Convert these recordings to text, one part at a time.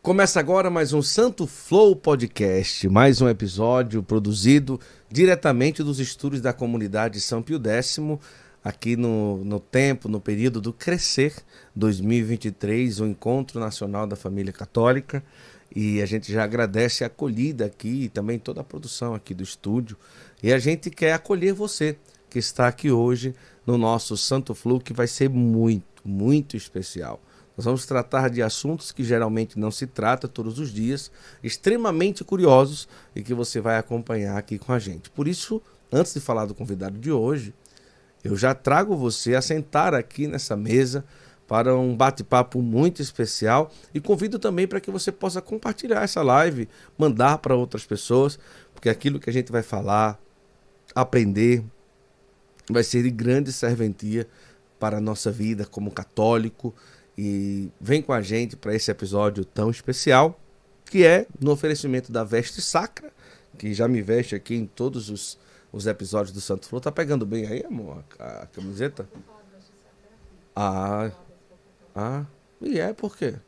Começa agora mais um Santo Flow Podcast, mais um episódio produzido diretamente dos estúdios da comunidade São Pio X, aqui no período do Crescer 2023, o Encontro Nacional da Família Católica. E a gente já agradece a acolhida aqui e também toda a produção aqui do estúdio. E a gente quer acolher você que está aqui hoje no nosso Santo Flow, que vai ser muito especial. Nós vamos tratar de assuntos que geralmente não se trata todos os dias, extremamente curiosos e que você vai acompanhar aqui com a gente. Por isso, antes de falar do convidado de hoje, eu já trago você a sentar aqui nessa mesa para um bate-papo muito especial e convido também para que você possa compartilhar essa live, mandar para outras pessoas, porque aquilo que a gente vai falar, aprender, vai ser de grande serventia para a nossa vida como católico. E vem com a gente para esse episódio tão especial, que é no oferecimento da Veste Sacra, que já me veste aqui em todos os episódios do Santo Flow. Tá pegando bem aí, amor, a camiseta? E é por quê?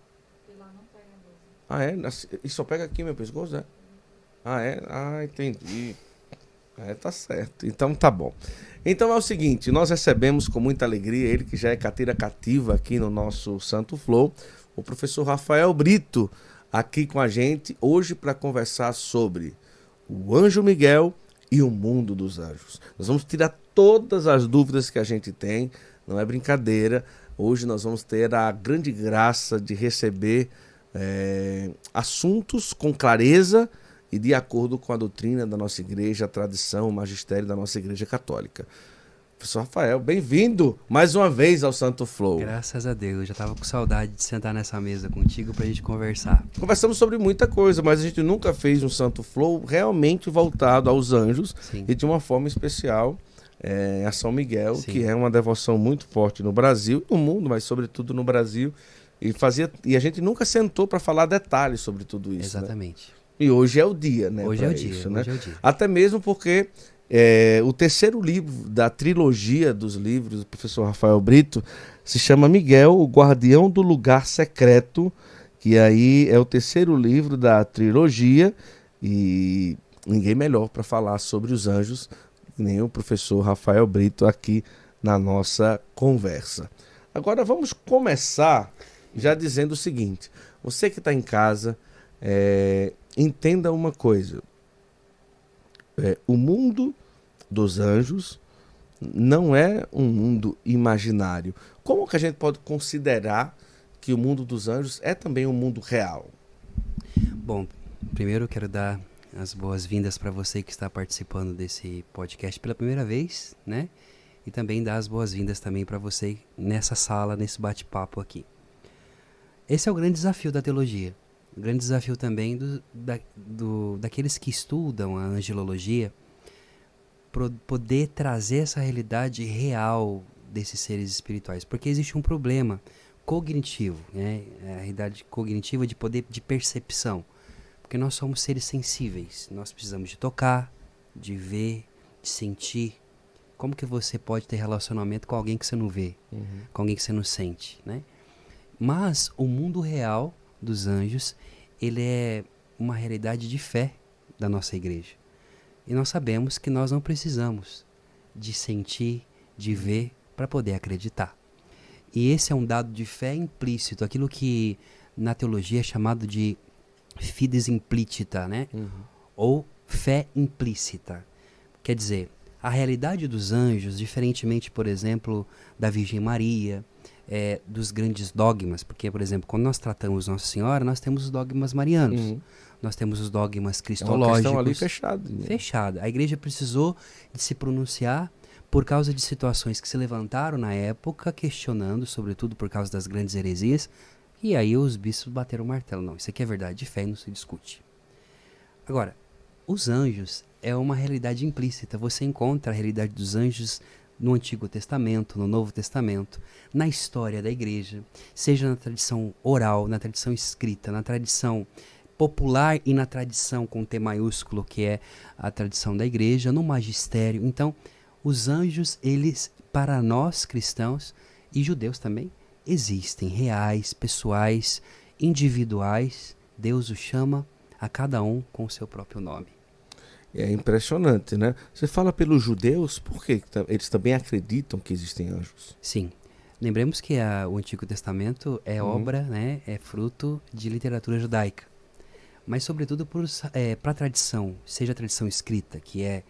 E só pega aqui meu pescoço, é? Entendi. Tá certo. Então tá bom. Então é o seguinte, nós recebemos com muita alegria ele que já é carteira cativa aqui no nosso Santo Flow, o professor Rafael Brito, aqui com a gente hoje para conversar sobre o Anjo Miguel e o mundo dos anjos. Nós vamos tirar todas as dúvidas que a gente tem, não é brincadeira. Hoje nós vamos ter a grande graça de receber assuntos com clareza e de acordo com a doutrina da nossa igreja, a tradição, o magistério da nossa igreja católica. Professor Rafael, bem-vindo mais uma vez ao Santo Flow. Graças a Deus, já estava com saudade de sentar nessa mesa contigo para a gente conversar. Conversamos sobre muita coisa, mas a gente nunca fez um Santo Flow realmente voltado aos anjos. Sim. E de uma forma especial a São Miguel, sim, que é uma devoção muito forte no Brasil, no mundo, mas sobretudo no Brasil. E a gente nunca sentou para falar detalhes sobre tudo isso. Exatamente. Né? E hoje é o dia, né? Hoje é o dia. Até mesmo porque o terceiro livro da trilogia dos livros do professor Rafael Brito se chama Miguel, o Guardião do Lugar Secreto, que aí é o terceiro livro da trilogia e ninguém melhor para falar sobre os anjos, nem o professor Rafael Brito aqui na nossa conversa. Agora vamos começar já dizendo o seguinte, você que está em casa, entenda uma coisa, o mundo dos anjos não é um mundo imaginário. Como que a gente pode considerar que o mundo dos anjos é também um mundo real? Bom, primeiro eu quero dar as boas-vindas para você que está participando desse podcast pela primeira vez, né? E também dar as boas-vindas também para você nessa sala, nesse bate-papo aqui. Esse é o grande desafio da teologia. O grande desafio também daqueles que estudam a angelologia, poder trazer essa realidade real desses seres espirituais. Porque existe um problema cognitivo, né? A realidade cognitiva de poder de percepção. Porque nós somos seres sensíveis. Nós precisamos de tocar, de ver, de sentir. Como que você pode ter relacionamento com alguém que você não vê? Com alguém que você não sente, né? Mas o mundo real dos anjos, ele é uma realidade de fé da nossa igreja. E nós sabemos que nós não precisamos de sentir, de ver, para poder acreditar. E esse é um dado de fé implícito, aquilo que na teologia é chamado de fides implícita, né? Ou fé implícita. Quer dizer, a realidade dos anjos, diferentemente, por exemplo, da Virgem Maria, dos grandes dogmas, porque, por exemplo, quando nós tratamos Nossa Senhora, nós temos os dogmas marianos, nós temos os dogmas cristológicos. É uma questão ali fechada. Né? Fechada. A igreja precisou de se pronunciar por causa de situações que se levantaram na época, questionando, sobretudo por causa das grandes heresias, e aí os bispos bateram o martelo. Não, isso aqui é verdade de fé e não se discute. Agora, os anjos é uma realidade implícita. Você encontra a realidade dos anjos no Antigo Testamento, no Novo Testamento, na história da igreja, seja na tradição oral, na tradição escrita, na tradição popular e na tradição com T maiúsculo, que é a tradição da igreja, no magistério. Então, os anjos, eles, para nós cristãos e judeus também, existem, reais, pessoais, individuais, Deus o chama a cada um com o seu próprio nome. É impressionante, né? Você fala pelos judeus, por que eles também acreditam que existem anjos? Sim. Lembremos que o Antigo Testamento é obra, né, é fruto de literatura judaica. Mas, sobretudo, para a tradição, seja a tradição escrita, que é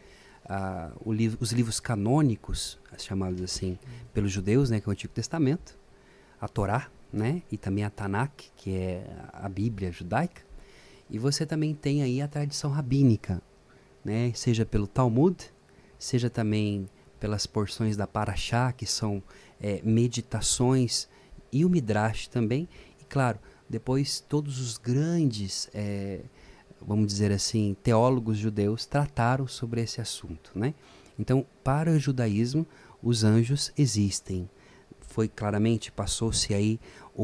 os livros canônicos, chamados assim, pelos judeus, né, que é o Antigo Testamento, a Torá, né, e também a Tanakh, que é a Bíblia judaica. E você também tem aí a tradição rabínica, né, seja pelo Talmud, seja também pelas porções da Parashá, que são meditações, e o Midrash também. E, claro, depois todos os grandes, vamos dizer assim, teólogos judeus trataram sobre esse assunto, né? Então, para o judaísmo, os anjos existem. Passou-se aí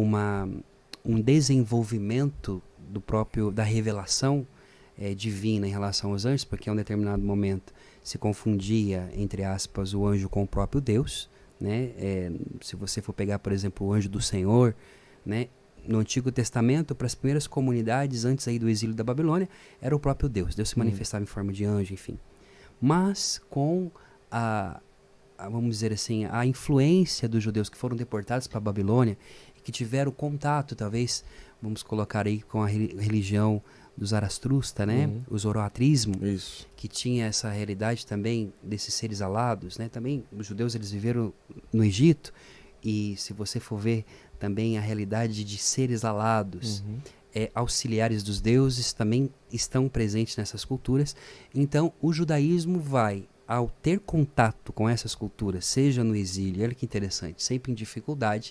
um desenvolvimento da revelação divina em relação aos anjos, porque em um determinado momento se confundia, entre aspas, o anjo com o próprio Deus, né? Se você for pegar, por exemplo, o anjo do Senhor, né? No Antigo Testamento, para as primeiras comunidades, antes aí do exílio da Babilônia, era o próprio Deus. Deus se manifestava em forma de anjo, enfim. Mas com vamos dizer assim, a influência dos judeus que foram deportados para a Babilônia e que tiveram contato, talvez, vamos colocar aí com a religião do Zaratustra, né? O zoroatrismo, que tinha essa realidade também desses seres alados, né? Também os judeus, eles viveram no Egito, e se você for ver também a realidade de seres alados, auxiliares dos deuses, também estão presentes nessas culturas. Então, o judaísmo vai, ao ter contato com essas culturas, seja no exílio, olha que interessante, sempre em dificuldade,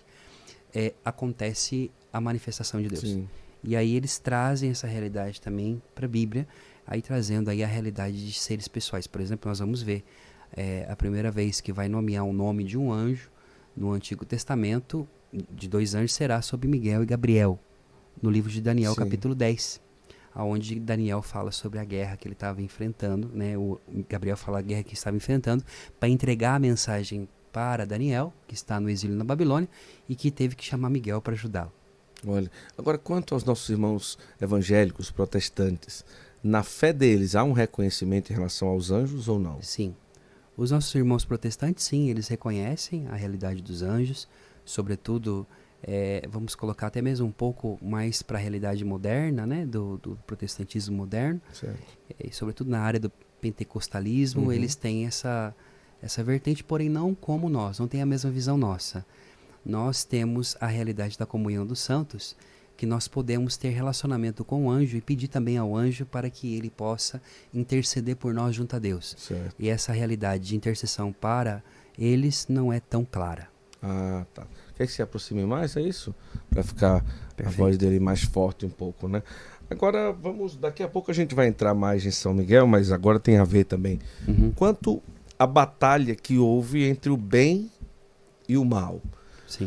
acontece a manifestação de Deus. Sim. E aí eles trazem essa realidade também para a Bíblia, aí trazendo aí a realidade de seres pessoais. Por exemplo, nós vamos ver a primeira vez que vai nomear o nome de um anjo no Antigo Testamento, de 2 anjos, será sobre Miguel e Gabriel, no livro de Daniel, sim, capítulo 10, onde Daniel fala sobre a guerra que ele estava enfrentando, né? O Gabriel fala a guerra que estava enfrentando, para entregar a mensagem para Daniel, que está no exílio na Babilônia, e que teve que chamar Miguel para ajudá-lo. Olha, agora quanto aos nossos irmãos evangélicos, protestantes, na fé deles há um reconhecimento em relação aos anjos ou não? Sim. Os nossos irmãos protestantes, sim, eles reconhecem a realidade dos anjos, sobretudo, vamos colocar até mesmo um pouco mais para a realidade moderna, né, do protestantismo moderno, sobretudo na área do pentecostalismo, eles têm essa vertente, porém não como nós, não tem a mesma visão nossa. Nós temos a realidade da comunhão dos santos, que nós podemos ter relacionamento com o anjo e pedir também ao anjo para que ele possa interceder por nós junto a Deus. Certo. E essa realidade de intercessão para eles não é tão clara. Ah, tá. Quer que se aproxime mais, é isso? Para ficar perfeito, a voz dele mais forte um pouco, né? Agora, daqui a pouco a gente vai entrar mais em São Miguel, mas agora tem a ver também. Quanto à batalha que houve entre o bem e o mal. Sim.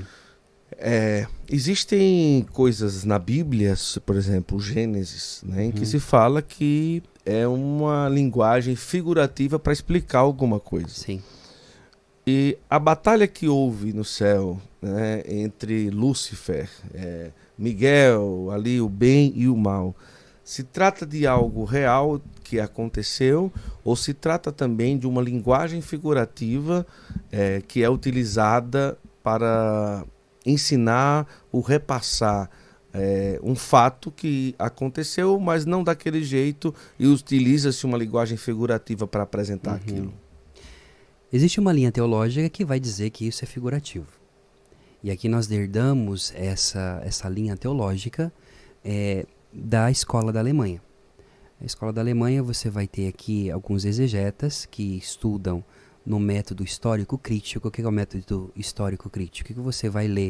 Existem coisas na Bíblia, por exemplo, Gênesis, né, em que se fala que é uma linguagem figurativa para explicar alguma coisa. Sim. E a batalha que houve no céu, né, entre Lúcifer, Miguel, ali o bem e o mal, se trata de algo real que aconteceu ou se trata também de uma linguagem figurativa que é utilizada para ensinar ou repassar um fato que aconteceu, mas não daquele jeito, e utiliza-se uma linguagem figurativa para apresentar aquilo? Existe uma linha teológica que vai dizer que isso é figurativo. E aqui nós herdamos essa linha teológica da escola da Alemanha. Na escola da Alemanha você vai ter aqui alguns exegetas que estudam no método histórico-crítico. O que é o método histórico-crítico? Que você vai ler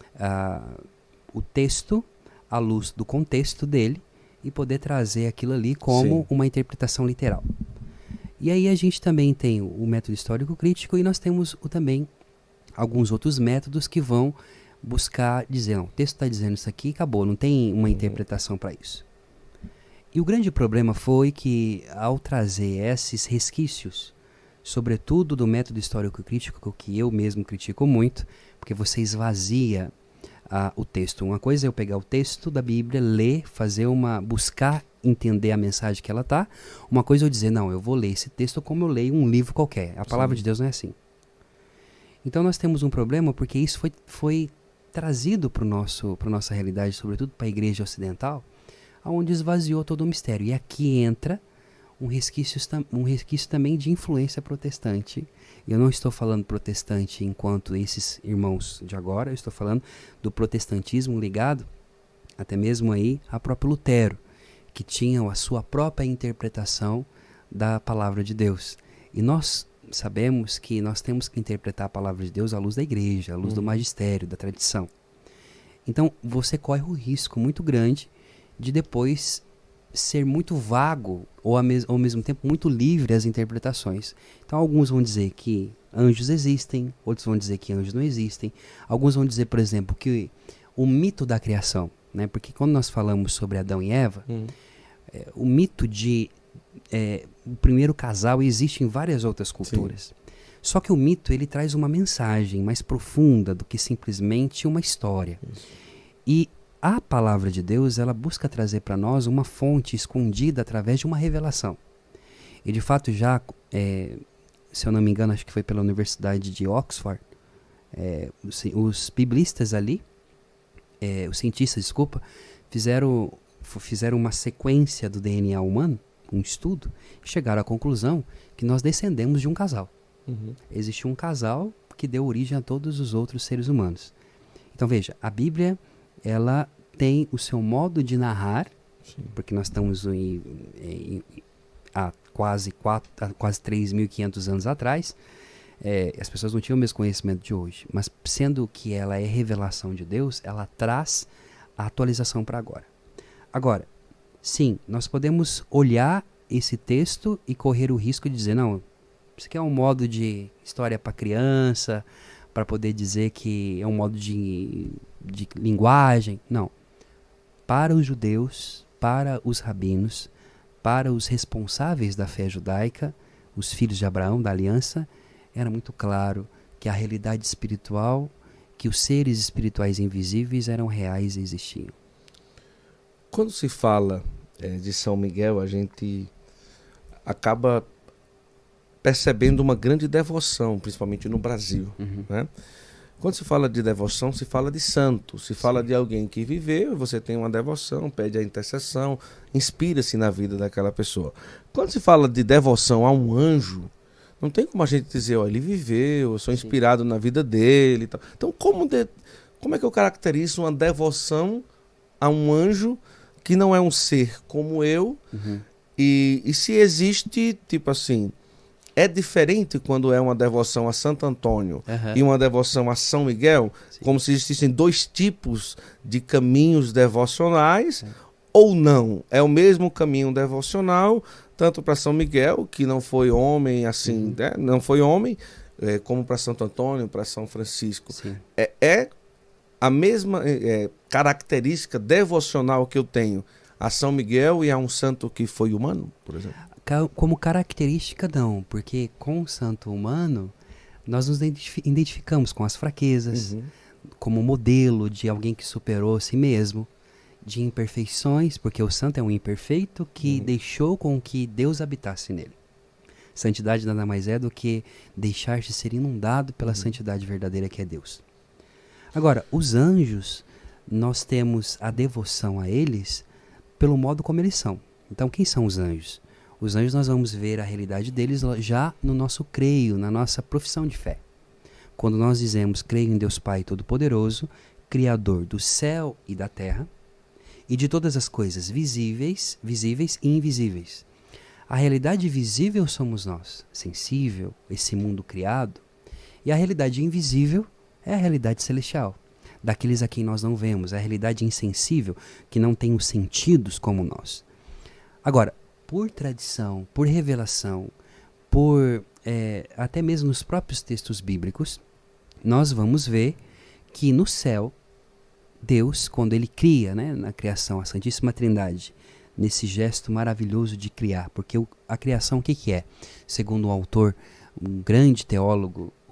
o texto à luz do contexto dele e poder trazer aquilo ali como uma interpretação literal. E aí a gente também tem o método histórico-crítico e nós temos também alguns outros métodos que vão buscar dizer, não, o texto está dizendo isso aqui, acabou, não tem uma interpretação para isso. E o grande problema foi que ao trazer esses resquícios, sobretudo do método histórico-crítico, que eu mesmo critico muito, porque você esvazia o texto. Uma coisa é eu pegar o texto da Bíblia, ler, buscar entender a mensagem que ela tá. Uma coisa é eu dizer, não, eu vou ler esse texto como eu leio um livro qualquer. A palavra de Deus não é assim. Então nós temos um problema porque isso foi trazido para nossa realidade, sobretudo para a igreja ocidental, onde esvaziou todo o mistério. E aqui entra um resquício também de influência protestante. Eu não estou falando protestante enquanto esses irmãos de agora, eu estou falando do protestantismo ligado até mesmo aí a próprio Lutero, que tinham a sua própria interpretação da palavra de Deus. E nós sabemos que nós temos que interpretar a palavra de Deus à luz da igreja, à luz do magistério, da tradição. Então você corre um risco muito grande de depois ser muito vago ou ao mesmo tempo muito livre as interpretações. Então alguns vão dizer que anjos existem, outros vão dizer que anjos não existem. Alguns vão dizer, por exemplo, que o mito da criação, né? Porque quando nós falamos sobre Adão e Eva, o mito de o primeiro casal existe em várias outras culturas. Sim. Só que o mito ele traz uma mensagem mais profunda do que simplesmente uma história. Isso. E a palavra de Deus, ela busca trazer para nós uma fonte escondida através de uma revelação. E de fato já, se eu não me engano, acho que foi pela Universidade de Oxford, os biblistas ali, os cientistas, desculpa, fizeram uma sequência do DNA humano, um estudo, e chegaram à conclusão que nós descendemos de um casal. Existe um casal que deu origem a todos os outros seres humanos. Então veja, a Bíblia ela tem o seu modo de narrar, sim, porque nós estamos há quase 3.500 anos atrás, as pessoas não tinham o mesmo conhecimento de hoje, mas sendo que ela é revelação de Deus, ela traz a atualização para agora. Agora, sim, nós podemos olhar esse texto e correr o risco de dizer, não, isso aqui é um modo de história para criança, para poder dizer que é um modo de linguagem. Não. Para os judeus, para os rabinos, para os responsáveis da fé judaica, os filhos de Abraão, da aliança, era muito claro que a realidade espiritual, que os seres espirituais invisíveis eram reais e existiam. Quando se fala de São Miguel, a gente acaba percebendo uma grande devoção, principalmente no Brasil, né? Quando se fala de devoção, se fala de santo, se fala de alguém que viveu, você tem uma devoção, pede a intercessão, inspira-se na vida daquela pessoa. Quando se fala de devoção a um anjo, não tem como a gente dizer, ó, ele viveu, eu sou inspirado na vida dele e tal. Então, como é que eu caracterizo uma devoção a um anjo que não é um ser como eu? E se existe, tipo assim, é diferente quando é uma devoção a Santo Antônio e uma devoção a São Miguel, sim, como se existissem dois tipos de caminhos devocionais, ou não? É o mesmo caminho devocional, tanto para São Miguel, que não foi homem, assim, né? Não foi homem, como para Santo Antônio, para São Francisco. É a mesma característica devocional que eu tenho a São Miguel e a um santo que foi humano, por exemplo? Como característica, não, porque com o santo humano nós nos identificamos com as fraquezas, como modelo de alguém que superou a si mesmo, de imperfeições, porque o santo é um imperfeito que deixou com que Deus habitasse nele. Santidade nada mais é do que deixar-se ser inundado pela santidade verdadeira que é Deus. Agora, os anjos, nós temos a devoção a eles pelo modo como eles são. Então, quem são os anjos? Os anjos nós vamos ver a realidade deles já no nosso creio, na nossa profissão de fé. Quando nós dizemos creio em Deus Pai Todo-Poderoso, Criador do céu e da terra, e de todas as coisas visíveis e invisíveis. A realidade visível somos nós, sensível, esse mundo criado, e a realidade invisível é a realidade celestial, daqueles a quem nós não vemos, a realidade insensível, que não tem os sentidos como nós. Agora, por tradição, por revelação, por até mesmo nos próprios textos bíblicos, nós vamos ver que no céu, Deus, quando ele cria, né, na criação, a Santíssima Trindade, nesse gesto maravilhoso de criar, porque a criação o que é? Segundo um autor, um grande teólogo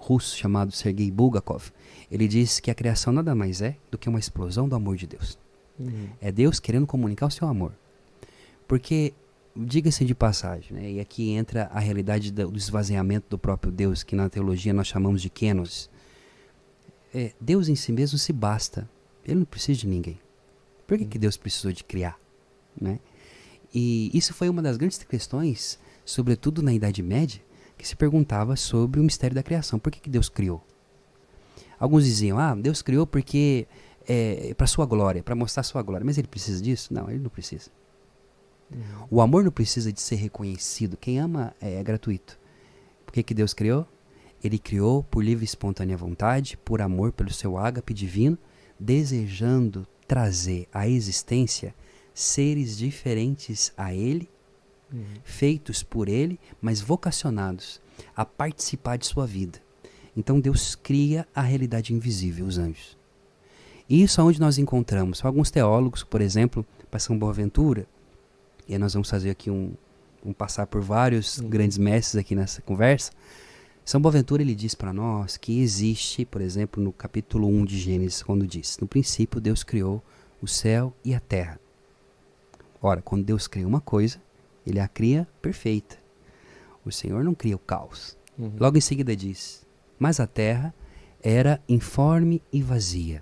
russo chamado Sergei Bulgakov, ele diz que a criação nada mais é do que uma explosão do amor de Deus. É Deus querendo comunicar o seu amor. Porque, diga-se de passagem, né, e aqui entra a realidade do esvaziamento do próprio Deus, que na teologia nós chamamos de kenosis. Deus em si mesmo se basta. Ele não precisa de ninguém. Por que Deus precisou de criar? Né? E isso foi uma das grandes questões, sobretudo na Idade Média, que se perguntava sobre o mistério da criação. Por que Deus criou? Alguns diziam, Deus criou porque para sua glória, para mostrar sua glória. Mas ele precisa disso? Não, ele não precisa. O amor não precisa de ser reconhecido. Quem ama é gratuito. Por que Deus criou? Ele criou por livre e espontânea vontade, por amor, pelo seu ágape divino, desejando trazer à existência seres diferentes a ele, feitos por ele, mas vocacionados a participar de sua vida. Então Deus cria a realidade invisível, os anjos. E isso é onde nós encontramos alguns teólogos, por exemplo, para São Boaventura, e aí nós vamos fazer aqui passar por vários grandes mestres aqui nessa conversa. São Boaventura, ele diz para nós que existe, por exemplo, no capítulo 1 de Gênesis, quando diz, no princípio Deus criou o céu e a terra. Ora, quando Deus cria uma coisa, ele a cria perfeita. O Senhor não cria o caos. Logo em seguida diz, mas a terra era informe e vazia.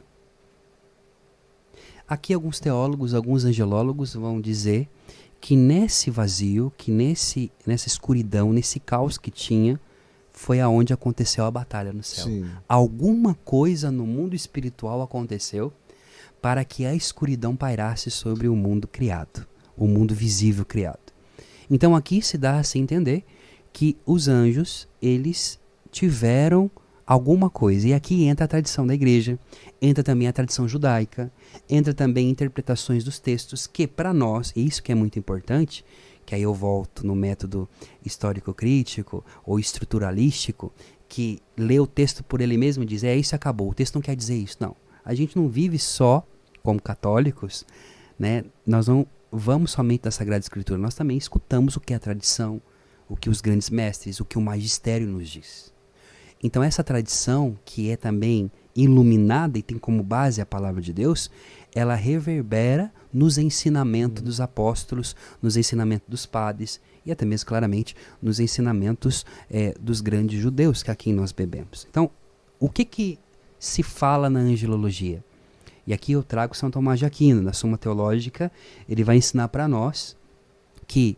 Aqui alguns teólogos, alguns angelólogos vão dizer que nesse vazio, que nessa escuridão, nesse caos que tinha, foi aonde aconteceu a batalha no céu. Sim. Alguma coisa no mundo espiritual aconteceu para que a escuridão pairasse sobre o mundo criado, o mundo visível criado. Então aqui se dá a se entender que os anjos, eles tiveram alguma coisa. E aqui entra a tradição da igreja, entra também a tradição judaica, entra também interpretações dos textos que para nós, e isso que é muito importante, que aí eu volto no método histórico-crítico ou estruturalístico, que lê o texto por ele mesmo e diz, isso acabou, o texto não quer dizer isso. Não, a gente não vive só como católicos, né? Nós não vamos somente da Sagrada Escritura, nós também escutamos o que é a tradição, o que os grandes mestres, o que o magistério nos diz. Então essa tradição, que é também iluminada e tem como base a palavra de Deus, ela reverbera nos ensinamentos dos apóstolos, nos ensinamentos dos padres e até mesmo claramente nos ensinamentos dos grandes judeus que é a quem nós bebemos. Então, o que se fala na angelologia? E aqui eu trago São Tomás de Aquino, na Suma Teológica, ele vai ensinar para nós que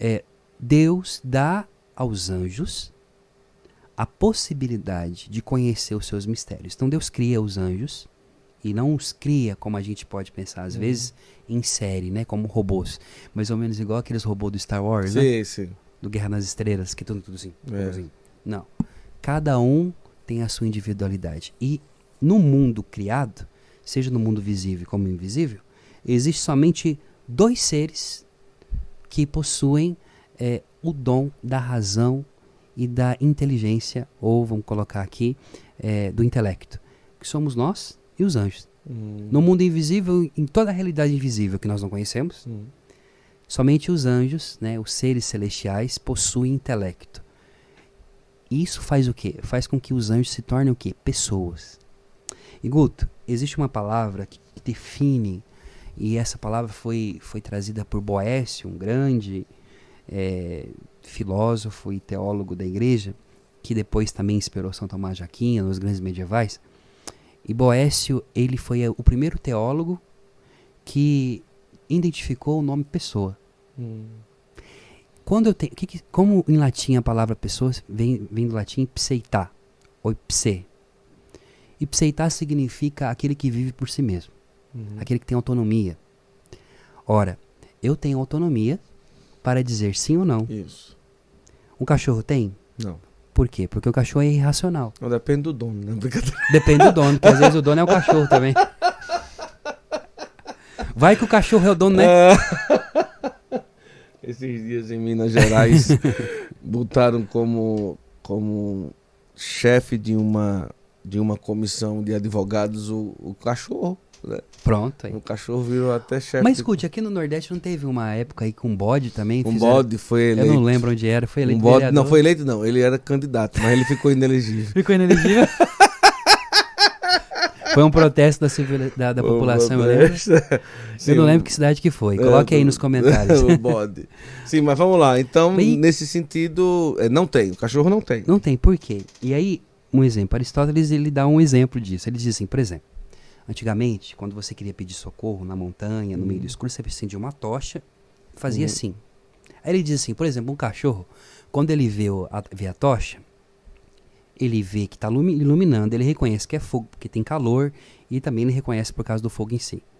Deus dá aos anjos a possibilidade de conhecer os seus mistérios. Então Deus cria os anjos e não os cria como a gente pode pensar, às vezes, em série, né, como robôs. Mais ou menos igual aqueles robôs do Star Wars, né? Sim. Do Guerra nas Estrelas, que tudo assim. Não. Cada um tem a sua individualidade. E no mundo criado, seja no mundo visível como invisível, existe somente 2 seres que possuem o dom da razão e da inteligência, ou vamos colocar aqui, do intelecto, que somos nós e os anjos. No mundo invisível, em toda a realidade invisível que nós não conhecemos, somente os anjos, né, os seres celestiais, possuem intelecto. E isso faz o quê? Faz com que os anjos se tornem o quê? Pessoas. E Guto, existe uma palavra que define, e essa palavra foi trazida por Boécio, um grande filósofo e teólogo da igreja, que depois também inspirou São Tomás de Aquino, os grandes medievais. E Boécio, ele foi o primeiro teólogo que identificou o nome pessoa. Quando eu tenho, como em latim a palavra pessoa vem do latim pseita, ou pse. E pseita significa aquele que vive por si mesmo, aquele que tem autonomia. Ora, eu tenho autonomia para dizer sim ou não. Isso. Um cachorro tem? Não. Por quê? Porque o cachorro é irracional. Não, depende do dono, né? Depende do dono, porque às vezes o dono é o cachorro também. Vai que o cachorro é o dono, né? Esses dias em Minas Gerais botaram como chefe de uma comissão de advogados o cachorro. Né? Pronto aí. O cachorro virou até chefe. Mas escute, aqui no Nordeste não teve uma época aí com bode também? Um bode foi eleito. Eu não lembro onde era, foi eleito bode, vereador. não, foi eleito não, ele era candidato, mas ele ficou inelegível. Ficou inelegível? Foi um protesto da população, eu lembro. Sim, eu não lembro que cidade que foi. Coloque aí nos comentários. O bode. Sim, mas vamos lá. Então, nesse sentido, não tem. O cachorro não tem. Não tem, por quê? E aí, um exemplo. Aristóteles, ele dá um exemplo disso. Ele diz assim, por exemplo, antigamente, quando você queria pedir socorro na montanha, no meio do escuro, você acendia uma tocha, fazia assim. Aí ele diz assim, por exemplo, um cachorro, quando ele vê a tocha, ele vê que está iluminando, ele reconhece que é fogo porque tem calor e também ele reconhece por causa do fogo em si.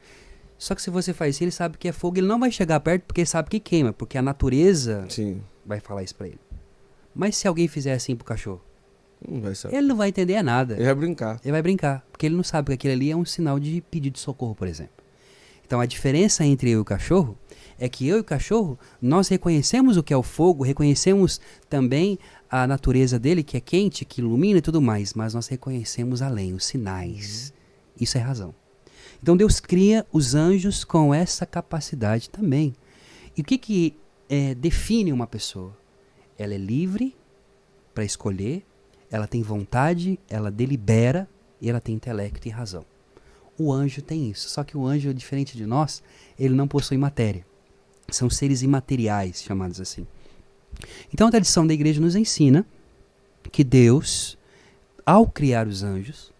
Só que se você faz isso, ele sabe que é fogo, ele não vai chegar perto porque ele sabe que queima, porque a natureza vai falar isso para ele. Mas se alguém fizer assim pro cachorro, não vai saber. Ele não vai entender nada. Ele vai brincar. Ele vai brincar, porque ele não sabe que aquilo ali é um sinal de pedido de socorro, por exemplo. Então a diferença entre eu e o cachorro é que eu e o cachorro, nós reconhecemos o que é o fogo, reconhecemos também a natureza dele, que é quente, que ilumina e tudo mais, mas nós reconhecemos além, os sinais. Isso é razão. Então Deus cria os anjos com essa capacidade também. E o que define uma pessoa? Ela é livre para escolher, ela tem vontade, ela delibera e ela tem intelecto e razão. O anjo tem isso, só que o anjo, diferente de nós, ele não possui matéria. São seres imateriais, chamados assim. Então a tradição da igreja nos ensina que Deus, ao criar os anjos,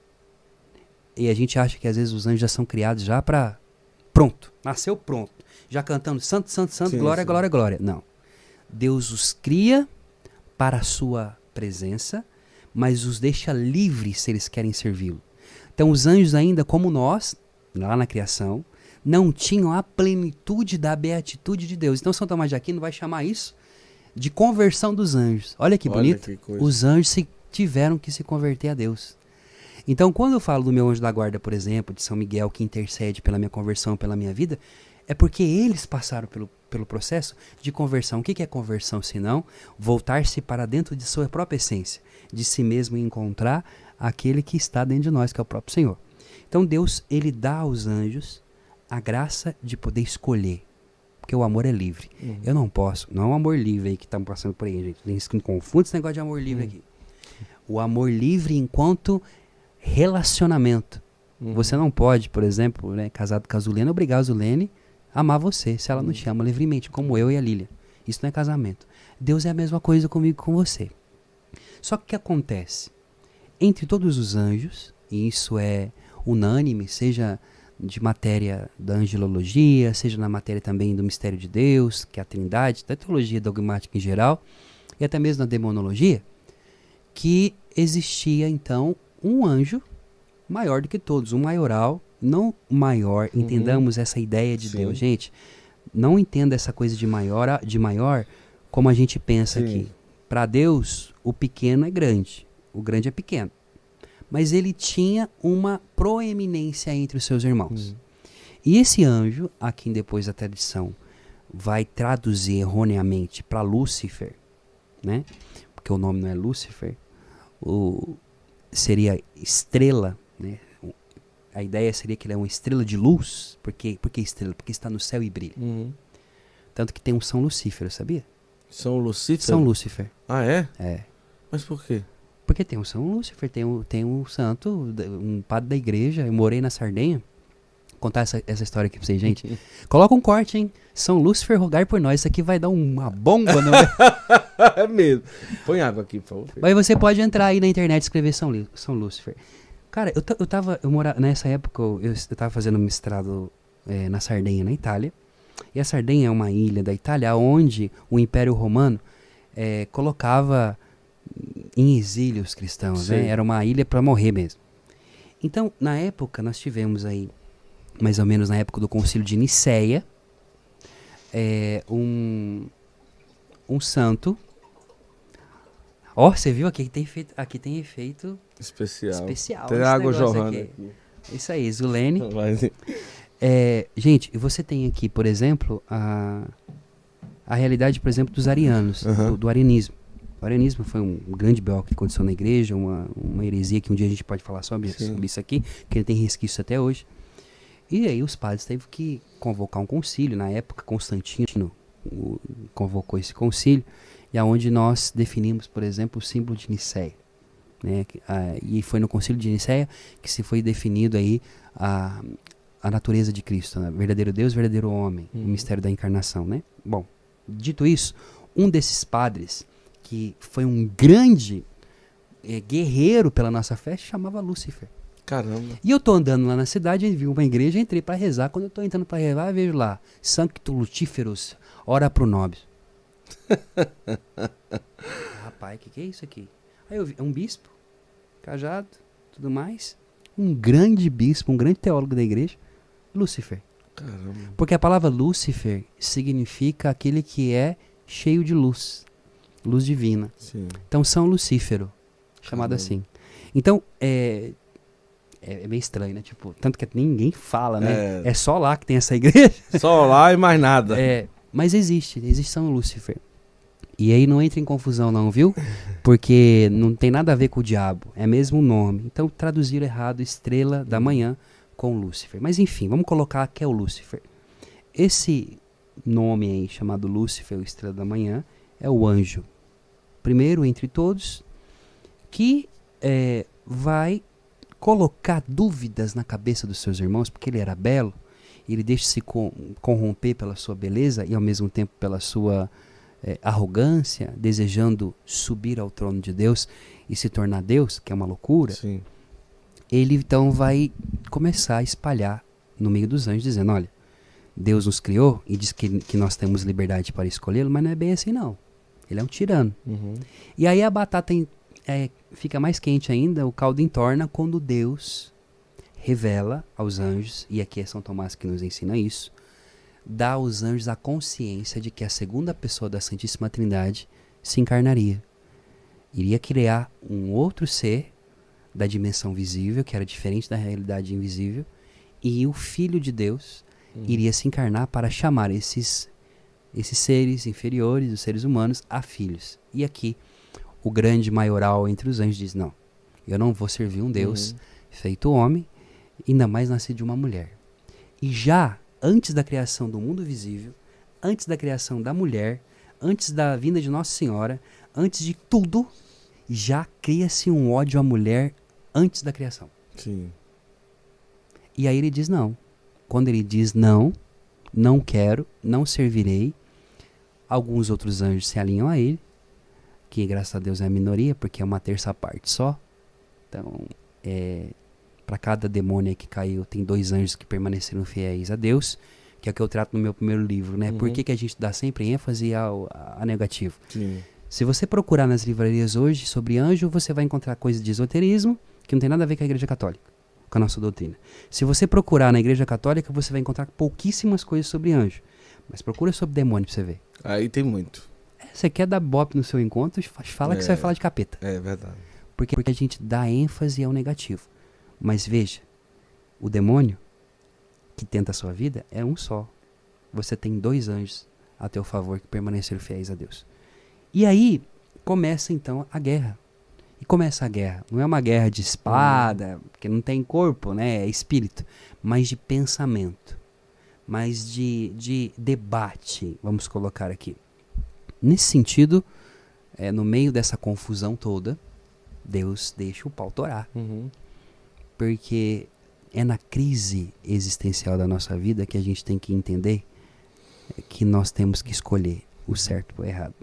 e a gente acha que às vezes os anjos já são criados já para pronto, nasceu pronto, já cantando santo, santo, santo, glória, glória, glória. Não. Deus os cria para a sua presença, mas os deixa livres se eles querem servi-lo. Então os anjos ainda, como nós, lá na criação, não tinham a plenitude da beatitude de Deus. Então São Tomás de Aquino vai chamar isso de conversão dos anjos. Olha que bonito. Os anjos tiveram que se converter a Deus. Então quando eu falo do meu anjo da guarda, por exemplo, de São Miguel, que intercede pela minha conversão, pela minha vida, é porque eles passaram pelo processo de conversão. O que é conversão, senão voltar-se para dentro de sua própria essência, de si mesmo e encontrar aquele que está dentro de nós, que é o próprio Senhor. Então Deus, ele dá aos anjos a graça de poder escolher, porque o amor é livre. Eu não posso, não é um amor livre aí que estamos passando por aí, gente. Não confunde esse negócio de amor livre aqui. O amor livre enquanto relacionamento. Você não pode, por exemplo, né, casado com a Zulene, obrigar a Zulene a amar você, se ela não te ama livremente, como eu e a Lília. Isso não é casamento. Deus é a mesma coisa comigo e com você. Só que o que acontece? Entre todos os anjos, e isso é unânime, seja de matéria da angelologia, seja na matéria também do mistério de Deus, que é a trindade, da teologia dogmática em geral, e até mesmo na demonologia, que existia então um anjo maior do que todos, um maioral, não maior, entendamos essa ideia de Deus, gente, não entenda essa coisa de maior como a gente pensa aqui. Para Deus, o pequeno é grande, o grande é pequeno. Mas ele tinha uma proeminência entre os seus irmãos. E esse anjo, a quem depois a tradição vai traduzir erroneamente para Lúcifer, né? Porque o nome não é Lúcifer, seria estrela, né? A ideia seria que ele é uma estrela de luz. Por que estrela? Porque está no céu e brilha. Tanto que tem um São Lucífero, sabia? São Lucífero? São Lúcifer. Ah, é? É. Mas por quê? Porque tem um São Lúcifer, tem um santo, um padre da igreja. Eu morei na Sardenha. Vou contar essa história aqui pra vocês, gente. Coloca um corte, hein? São Lúcifer, rogai por nós. Isso aqui vai dar uma bomba, não é? É mesmo. Põe água aqui, por favor. Mas você pode entrar aí na internet e escrever São Lúcifer. Cara, nessa época, eu tava fazendo mestrado na Sardenha, na Itália. E a Sardenha é uma ilha da Itália onde o Império Romano colocava em exílio os cristãos, né? Era uma ilha para morrer mesmo. Então, na época, nós tivemos aí, mais ou menos na época do Concílio de Nicéia, um santo. Ó, você viu aqui tem efeito especial. Tem água jorrando aqui. Isso aí, Zulene. Gente, você tem aqui, por exemplo, a realidade, por exemplo, dos arianos, do arianismo. O arianismo foi um grande B.O. que aconteceu na igreja, uma heresia que um dia a gente pode falar sobre isso aqui, que ele tem resquício até hoje. E aí os padres teve que convocar um concílio. Na época, Constantino convocou esse concílio, e aonde nós definimos, por exemplo, o símbolo de Nicéia, né? E foi no concílio de Nicéia que se foi definido aí a natureza de Cristo, né? Verdadeiro Deus, verdadeiro homem, o mistério da encarnação, né? Bom, dito isso, um desses padres, que foi um grande guerreiro pela nossa fé, chamava Lúcifer. Caramba. E eu tô andando lá na cidade, vi uma igreja, entrei para rezar. Quando eu tô entrando para rezar, eu vejo lá, Sancto Luciferus, ora pro nobis. Rapaz, que é isso aqui? Aí eu vi, é um bispo, cajado, tudo mais. Um grande bispo, um grande teólogo da igreja, Lúcifer. Caramba. Porque a palavra Lúcifer significa aquele que é cheio de luz, luz divina. Sim. Então, São Lucífero, chamado assim. Então, é meio estranho, né? Tipo, tanto que ninguém fala, né? É só lá que tem essa igreja. Só lá e mais nada. Mas existe São Lúcifer. E aí não entra em confusão não, viu? Porque não tem nada a ver com o diabo, é mesmo o nome. Então traduziram errado Estrela da Manhã com Lúcifer. Mas enfim, vamos colocar que é o Lúcifer. Esse nome aí, chamado Lúcifer, ou Estrela da Manhã, é o anjo. Primeiro entre todos, que vai colocar dúvidas na cabeça dos seus irmãos, porque ele era belo, ele deixa-se corromper pela sua beleza e ao mesmo tempo pela sua arrogância, desejando subir ao trono de Deus e se tornar Deus, que é uma loucura. Sim. Ele então vai começar a espalhar no meio dos anjos, dizendo, olha, Deus nos criou e diz que nós temos liberdade para escolhê-lo, mas não é bem assim não. Ele é um tirano. E aí a batata fica mais quente ainda, o caldo entorna quando Deus revela aos anjos, e aqui é São Tomás que nos ensina isso, dá aos anjos a consciência de que a segunda pessoa da Santíssima Trindade se encarnaria. Iria criar um outro ser da dimensão visível, que era diferente da realidade invisível, e o Filho de Deus iria se encarnar para chamar esses seres inferiores, os seres humanos, a filhos. E aqui o grande maioral entre os anjos diz, não, eu não vou servir um Deus feito homem, ainda mais nascido de uma mulher. E já antes da criação do mundo visível, antes da criação da mulher, antes da vinda de Nossa Senhora, antes de tudo, já cria-se um ódio à mulher antes da criação. Sim. E aí ele diz não. Quando ele diz não, não quero, não servirei, alguns outros anjos se alinham a ele, que graças a Deus é a minoria, porque é uma terça parte só. Então, para cada demônio que caiu, tem 2 anjos que permaneceram fiéis a Deus, que é o que eu trato no meu primeiro livro, né? Por que a gente dá sempre ênfase a negativo? Sim. Se você procurar nas livrarias hoje sobre anjo, você vai encontrar coisas de esoterismo, que não tem nada a ver com a Igreja Católica, com a nossa doutrina. Se você procurar na Igreja Católica, você vai encontrar pouquíssimas coisas sobre anjo. Mas procura sobre demônio pra você ver. Aí tem muito. Você quer dar bope no seu encontro, fala que você vai falar de capeta. É verdade. Porque a gente dá ênfase ao negativo. Mas veja, o demônio que tenta a sua vida é um só. Você tem 2 anjos a teu favor que permaneceram fiéis a Deus. E aí começa então a guerra. E começa a guerra. Não é uma guerra de espada, porque não tem corpo, né? É espírito. Mas de pensamento. Mas de debate, vamos colocar aqui. Nesse sentido, no meio dessa confusão toda, Deus deixa o pau torar. Porque é na crise existencial da nossa vida que a gente tem que entender que nós temos que escolher o certo ou o errado.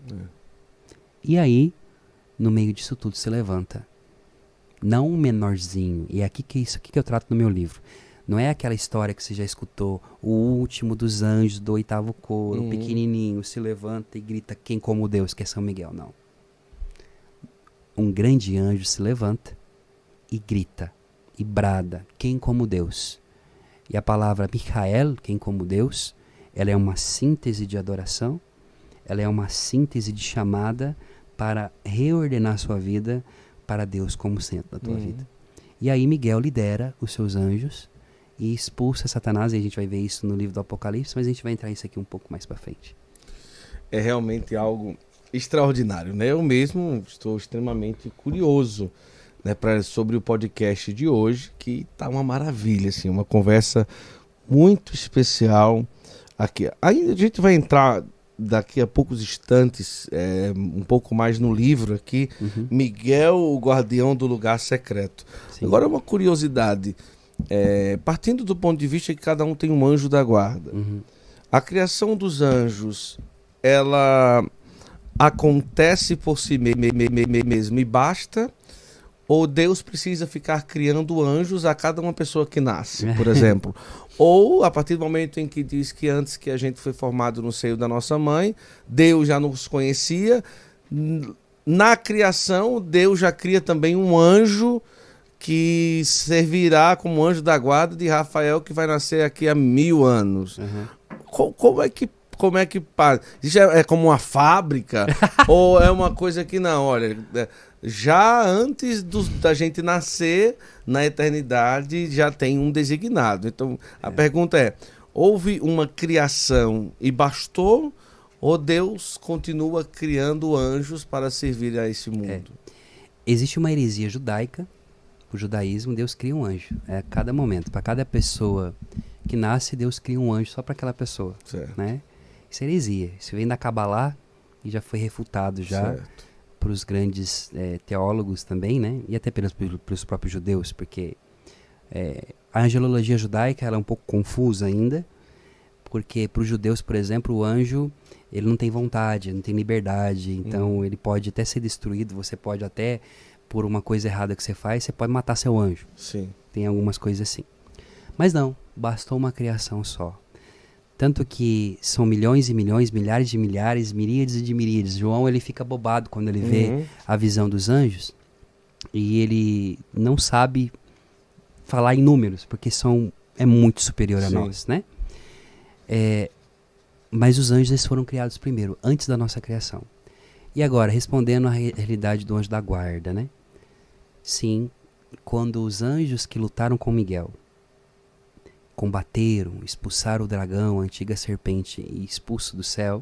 E aí, no meio disso tudo, se levanta. Não um menorzinho. E é aqui que isso aqui que eu trato no meu livro. Não é aquela história que você já escutou, o último dos anjos do 8º coro, o pequenininho, se levanta e grita, quem como Deus, que é São Miguel. Não. Um grande anjo se levanta e grita, e brada, quem como Deus. E a palavra Michael, quem como Deus, ela é uma síntese de adoração, ela é uma síntese de chamada para reordenar sua vida para Deus como centro da tua vida. E aí Miguel lidera os seus anjos e expulsa Satanás, e a gente vai ver isso no livro do Apocalipse, mas a gente vai entrar nisso aqui um pouco mais para frente. É realmente algo extraordinário, né? Eu mesmo estou extremamente curioso, né, sobre o podcast de hoje, que tá uma maravilha, assim, uma conversa muito especial aqui. Aí a gente vai entrar daqui a poucos instantes, um pouco mais no livro aqui, Miguel, o Guardião do Lugar Secreto. Sim. Agora, uma curiosidade, partindo do ponto de vista que cada um tem um anjo da guarda, a criação dos anjos, ela acontece por si mesmo e basta? Ou Deus precisa ficar criando anjos a cada uma pessoa que nasce, por exemplo? Ou, a partir do momento em que diz que antes que a gente foi formado no seio da nossa mãe, Deus já nos conhecia, na criação, Deus já cria também um anjo que servirá como anjo da guarda de Rafael, que vai nascer aqui há 1000 anos. Como é que passa? Isso é como uma fábrica? Ou é uma coisa que não, olha... Já antes da gente nascer, na eternidade, já tem um designado. Então, a pergunta é, houve uma criação e bastou? Ou Deus continua criando anjos para servir a esse mundo? Existe uma heresia judaica. O judaísmo, Deus cria um anjo. A cada momento, para cada pessoa que nasce, Deus cria um anjo só para aquela pessoa. Né? Isso é heresia. Isso vem da Cabalá e já foi refutado já. Certo. Para os grandes teólogos também, né? E até pelos próprios judeus, porque a angelologia judaica ela é um pouco confusa ainda, porque para os judeus, por exemplo, o anjo ele não tem vontade, não tem liberdade, então ele pode até ser destruído, você pode até, por uma coisa errada que você faz, você pode matar seu anjo. Sim. Tem algumas coisas assim. Mas não, bastou uma criação só. Tanto que são milhões e milhões, milhares de milhares, miríades de miríades. João ele fica bobado quando ele vê a visão dos anjos e ele não sabe falar em números, porque é muito superior a nós, né? Mas os anjos eles foram criados primeiro, antes da nossa criação. E agora, respondendo à realidade do anjo da guarda, né? Sim, quando os anjos que lutaram com Miguel combateram, expulsaram o dragão, a antiga serpente, e expulso do céu,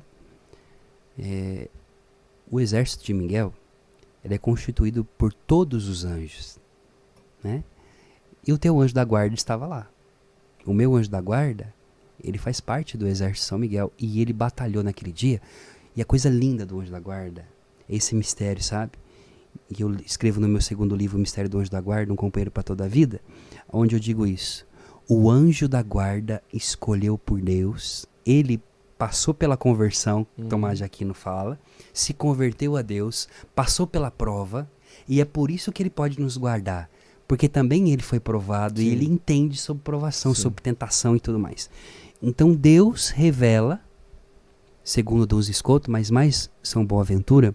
o exército de Miguel ele é constituído por todos os anjos, né? E o teu anjo da guarda estava lá. O meu anjo da guarda, ele faz parte do exército de São Miguel, e ele batalhou naquele dia. E a coisa linda do anjo da guarda é esse mistério, sabe? E eu escrevo no meu segundo livro, O Mistério do Anjo da Guarda, um companheiro para toda a vida, onde eu digo isso. O anjo da guarda escolheu por Deus, ele passou pela conversão, Tomás de Aquino fala, se converteu a Deus, passou pela prova, e é por isso que ele pode nos guardar, porque também ele foi provado, e ele entende sobre provação, sobre tentação e tudo mais. Então Deus revela, segundo Dom Escoto, mas mais São Boaventura,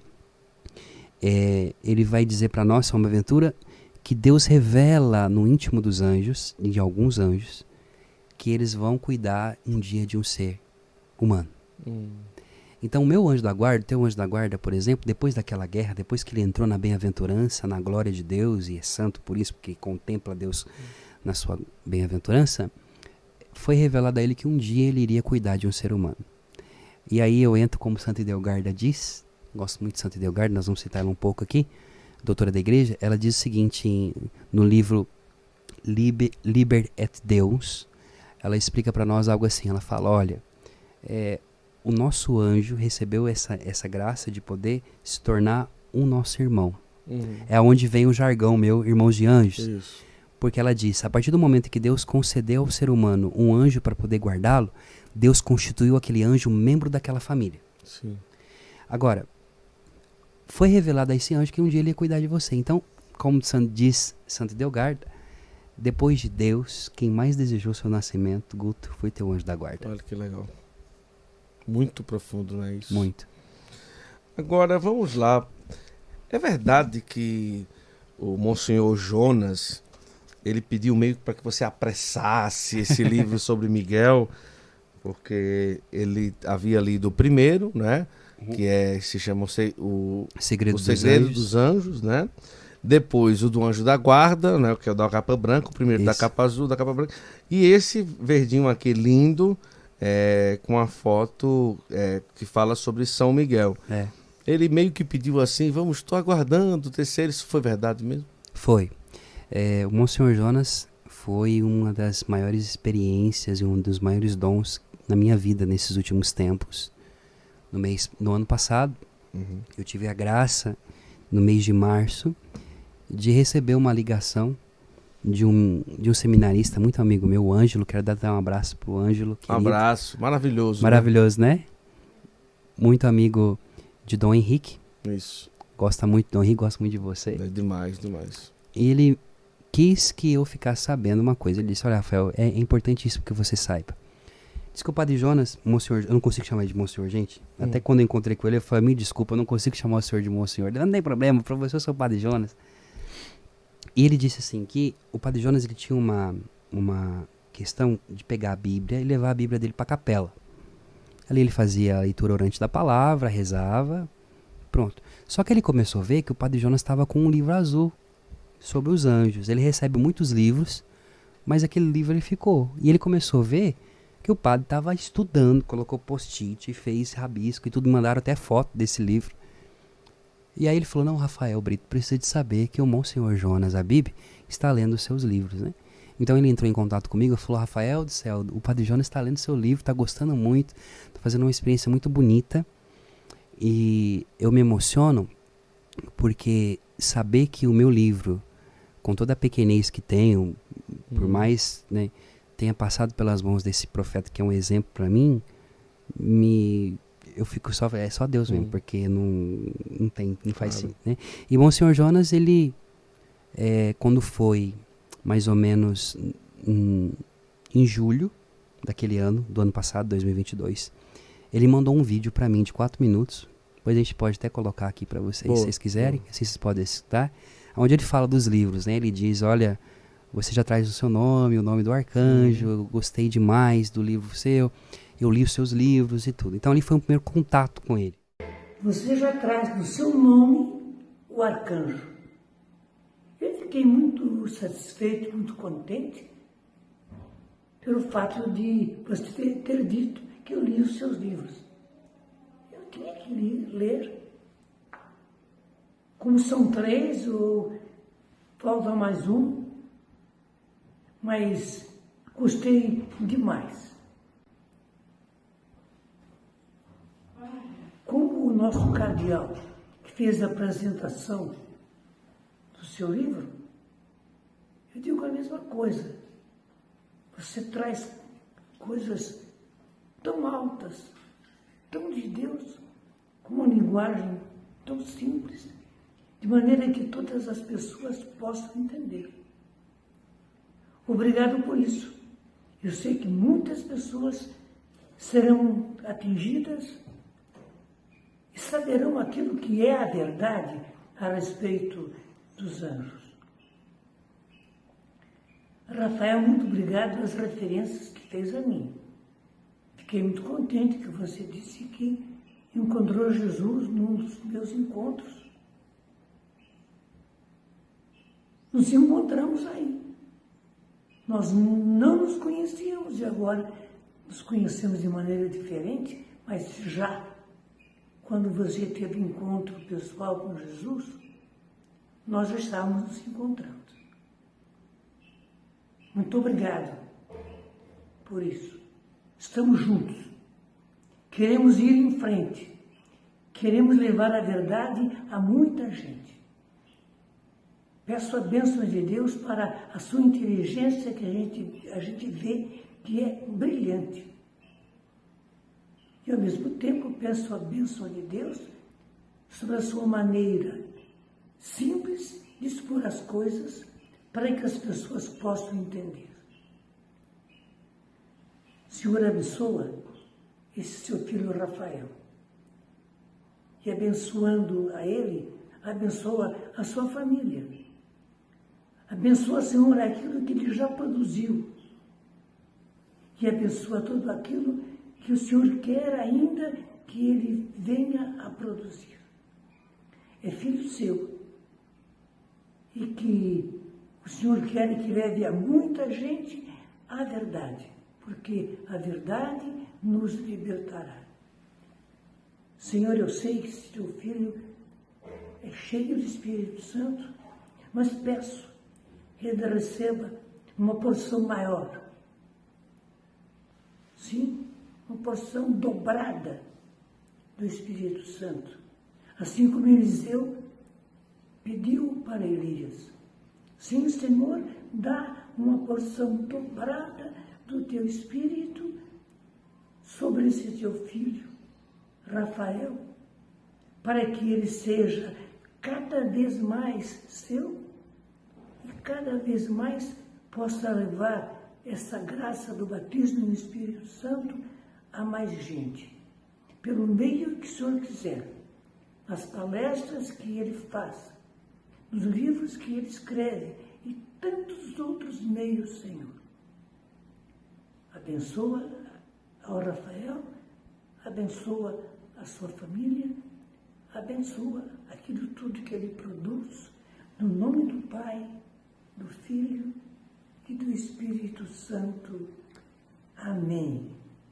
ele vai dizer para nós, São Boaventura, que Deus revela no íntimo dos anjos, e de alguns anjos, que eles vão cuidar um dia de um ser humano. Então o meu anjo da guarda, o teu anjo da guarda, por exemplo, depois daquela guerra, depois que ele entrou na bem-aventurança, na glória de Deus, e é santo por isso, porque contempla Deus na sua bem-aventurança, foi revelado a ele que um dia ele iria cuidar de um ser humano. E aí eu entro como Santa Idelgarda diz, gosto muito de Santa Idelgarda, nós vamos citar ela um pouco aqui, doutora da igreja, ela diz o seguinte no livro Liber et Deus, ela explica para nós algo assim, ela fala, olha, o nosso anjo recebeu essa graça de poder se tornar um nosso irmão. É onde vem o jargão meu, irmãos de anjos. Isso. Porque ela diz, a partir do momento que Deus concedeu ao ser humano um anjo para poder guardá-lo, Deus constituiu aquele anjo um membro daquela família. Sim. Agora, foi revelado a esse anjo que um dia ele ia cuidar de você. Então, como diz Santa Idelgarda, depois de Deus, quem mais desejou seu nascimento, Guto, foi teu anjo da guarda. Olha que legal. Muito profundo, não é isso? Muito. Agora, vamos lá. É verdade que o Monsenhor Jonas, ele pediu meio para que você apressasse esse livro sobre Miguel, porque ele havia lido o primeiro, né? Que se chama o Segredo dos Anjos, né? Depois o do Anjo da Guarda, né? Que é o da capa branca, o primeiro da capa azul, da capa branca. E esse verdinho aqui lindo, com a foto que fala sobre São Miguel. Ele meio que pediu assim, estou aguardando o terceiro, isso foi verdade mesmo? Foi. O Monsenhor Jonas foi uma das maiores experiências e um dos maiores dons na minha vida nesses últimos tempos. No ano passado, eu tive a graça, no mês de março, de receber uma ligação de um seminarista muito amigo meu, o Ângelo. Quero dar um abraço pro Ângelo. Um abraço, maravilhoso. Maravilhoso, né? Muito amigo de Dom Henrique. Isso. Gosta muito, Dom Henrique gosta muito de você. É demais, demais. E ele quis que eu ficasse sabendo uma coisa. Ele disse: olha, Rafael, é importantíssimo que você saiba. Diz que o Padre Jonas, Monsenhor, eu não consigo chamar ele de Monsenhor, gente. Até quando eu encontrei com ele, eu falei: me desculpa, eu não consigo chamar o senhor de Monsenhor. Ele: não tem problema, para você eu sou o Padre Jonas. E ele disse assim, que o Padre Jonas, ele tinha uma questão de pegar a Bíblia e levar a Bíblia dele para a capela. Ali ele fazia a leitura orante da palavra, rezava, pronto. Só que ele começou a ver que o Padre Jonas estava com um livro azul sobre os anjos. Ele recebe muitos livros, mas aquele livro ele ficou. E ele começou a ver que o padre estava estudando, colocou post-it, fez rabisco e tudo, mandaram até foto desse livro. E aí ele falou: não, Rafael Brito, precisa de saber que o Monsenhor Jonas Habib está lendo os seus livros, né? Então ele entrou em contato comigo e falou: Rafael do céu, o Padre Jonas está lendo seu livro, está gostando muito, está fazendo uma experiência muito bonita. E eu me emociono porque saber que o meu livro, com toda a pequenez que tenho, por mais, né, tenha passado pelas mãos desse profeta que é um exemplo para mim, eu fico só, é só Deus mesmo, porque não faz sentido, né? E o Monsenhor Jonas, ele, quando foi mais ou menos em julho daquele ano, do ano passado, 2022, ele mandou um vídeo para mim de 4 minutos, depois a gente pode até colocar aqui para vocês, se vocês quiserem, assim vocês podem escutar, onde ele fala dos livros, né? Ele diz: olha, você já traz o seu nome, o nome do arcanjo, eu gostei demais do livro seu, eu li os seus livros e tudo. Então ali foi o primeiro contato com ele. Você já traz do seu nome o arcanjo. Eu fiquei muito satisfeito, muito contente pelo fato de você ter dito que eu li os seus livros. Eu tinha que ler. Como são 3, ou falta mais um, mas gostei demais. Como o nosso cardeal, que fez a apresentação do seu livro, eu digo a mesma coisa. Você traz coisas tão altas, tão de Deus, com uma linguagem tão simples, de maneira que todas as pessoas possam entender. Obrigado por isso. Eu sei que muitas pessoas serão atingidas e saberão aquilo que é a verdade a respeito dos anjos. Rafael, muito obrigado pelas referências que fez a mim. Fiquei muito contente que você disse que encontrou Jesus num dos meus encontros. Nos encontramos aí. Nós não nos conhecíamos e agora nos conhecemos de maneira diferente, mas já quando você teve encontro pessoal com Jesus, nós já estávamos nos encontrando. Muito obrigado por isso. Estamos juntos. Queremos ir em frente. Queremos levar a verdade a muita gente. Peço a bênção de Deus para a sua inteligência, que a gente vê que é brilhante. E ao mesmo tempo peço a bênção de Deus sobre a sua maneira simples de expor as coisas para que as pessoas possam entender. Senhor, abençoa esse seu filho Rafael. E abençoando a ele, abençoa a sua família. Abençoa, Senhor, aquilo que ele já produziu. E abençoa tudo aquilo que o Senhor quer ainda que ele venha a produzir. É filho seu. E que o Senhor quer que leve a muita gente à verdade, porque a verdade nos libertará. Senhor, eu sei que seu filho é cheio do Espírito Santo, mas peço que ele receba uma porção maior. Sim, uma porção dobrada do Espírito Santo. Assim como Eliseu pediu para Elias. Sim, Senhor, dá uma porção dobrada do teu Espírito sobre esse teu filho, Rafael, para que ele seja cada vez mais seu e cada vez mais possa levar essa graça do batismo no Espírito Santo a mais gente. Pelo meio que o Senhor quiser, nas palestras que ele faz, nos livros que ele escreve e tantos outros meios, Senhor. Abençoa ao Rafael, abençoa a sua família, abençoa aquilo tudo que ele produz, no nome do Pai, do Filho e do Espírito Santo. Amém.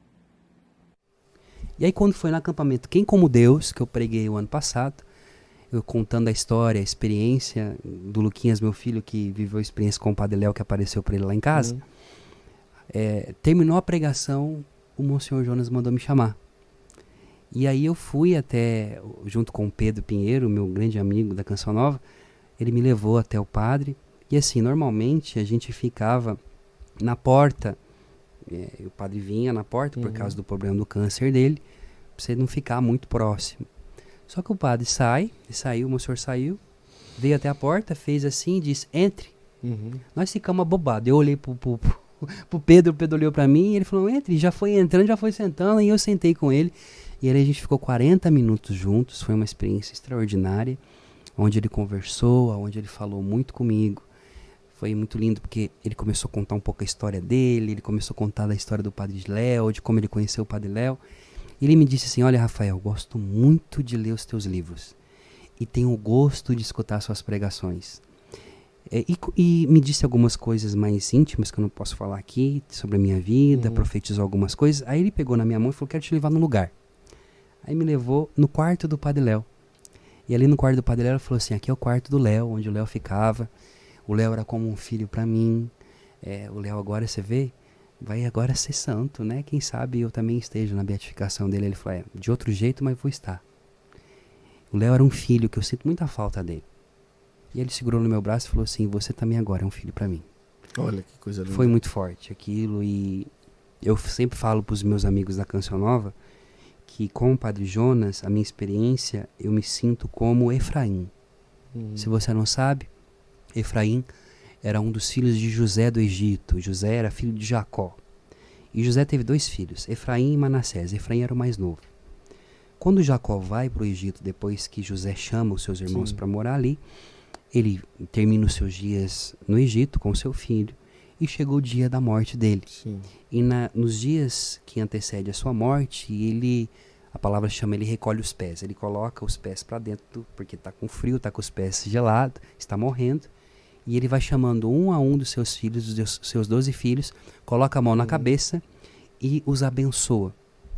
E aí quando foi no acampamento Quem Como Deus, que eu preguei o ano passado, eu contando a história, a experiência do Luquinhas, meu filho, que viveu a experiência com o Padre Léo, que apareceu para ele lá em casa, terminou a pregação, o Monsenhor Jonas mandou me chamar. E aí eu fui até, junto com o Pedro Pinheiro, meu grande amigo da Canção Nova, ele me levou até o padre, e assim, normalmente a gente ficava na porta, o padre vinha na porta por causa do problema do câncer dele, pra você não ficar muito próximo. Só que o padre saiu, o Monsenhor saiu, veio até a porta, fez assim e disse, entre. Nós ficamos abobados. Eu olhei pro Pedro, o Pedro olhou pra mim e ele falou, entre. Já foi entrando, já foi sentando, e eu sentei com ele. E aí a gente ficou 40 minutos juntos, foi uma experiência extraordinária, onde ele conversou, onde ele falou muito comigo. Foi muito lindo porque ele começou a contar um pouco a história dele, ele começou a contar da história do Padre Léo, de como ele conheceu o Padre Léo. E ele me disse assim, olha Rafael, gosto muito de ler os teus livros e tenho o gosto de escutar suas pregações. E me disse algumas coisas mais íntimas que eu não posso falar aqui, sobre a minha vida, profetizou algumas coisas. Aí ele pegou na minha mão e falou, quero te levar num lugar. Aí me levou no quarto do Padre Léo. E ali no quarto do Padre Léo ele falou assim, aqui é o quarto do Léo, onde o Léo ficava. O Léo era como um filho para mim. O Léo agora, você vê, vai agora ser santo, né? Quem sabe eu também esteja na beatificação dele. Ele falou, de outro jeito, mas vou estar. O Léo era um filho que eu sinto muita falta dele. E ele segurou no meu braço e falou assim, você também agora é um filho para mim. Olha que coisa linda. Foi muito forte aquilo e eu sempre falo para os meus amigos da Canção Nova que com o Padre Jonas, a minha experiência, eu me sinto como Efraim. Se você não sabe, Efraim era um dos filhos de José do Egito. José era filho de Jacó. E José teve 2 filhos, Efraim e Manassés. Efraim era o mais novo. Quando Jacó vai para o Egito, depois que José chama os seus irmãos para morar ali, ele termina os seus dias no Egito com seu filho e chegou o dia da morte dele. E nos dias que antecedem a sua morte, a palavra chama, ele recolhe os pés. Ele coloca os pés para dentro, porque está com frio, está com os pés gelados, está morrendo. E ele vai chamando um a um dos seus filhos, dos seus 12 filhos, coloca a mão na cabeça e os abençoa.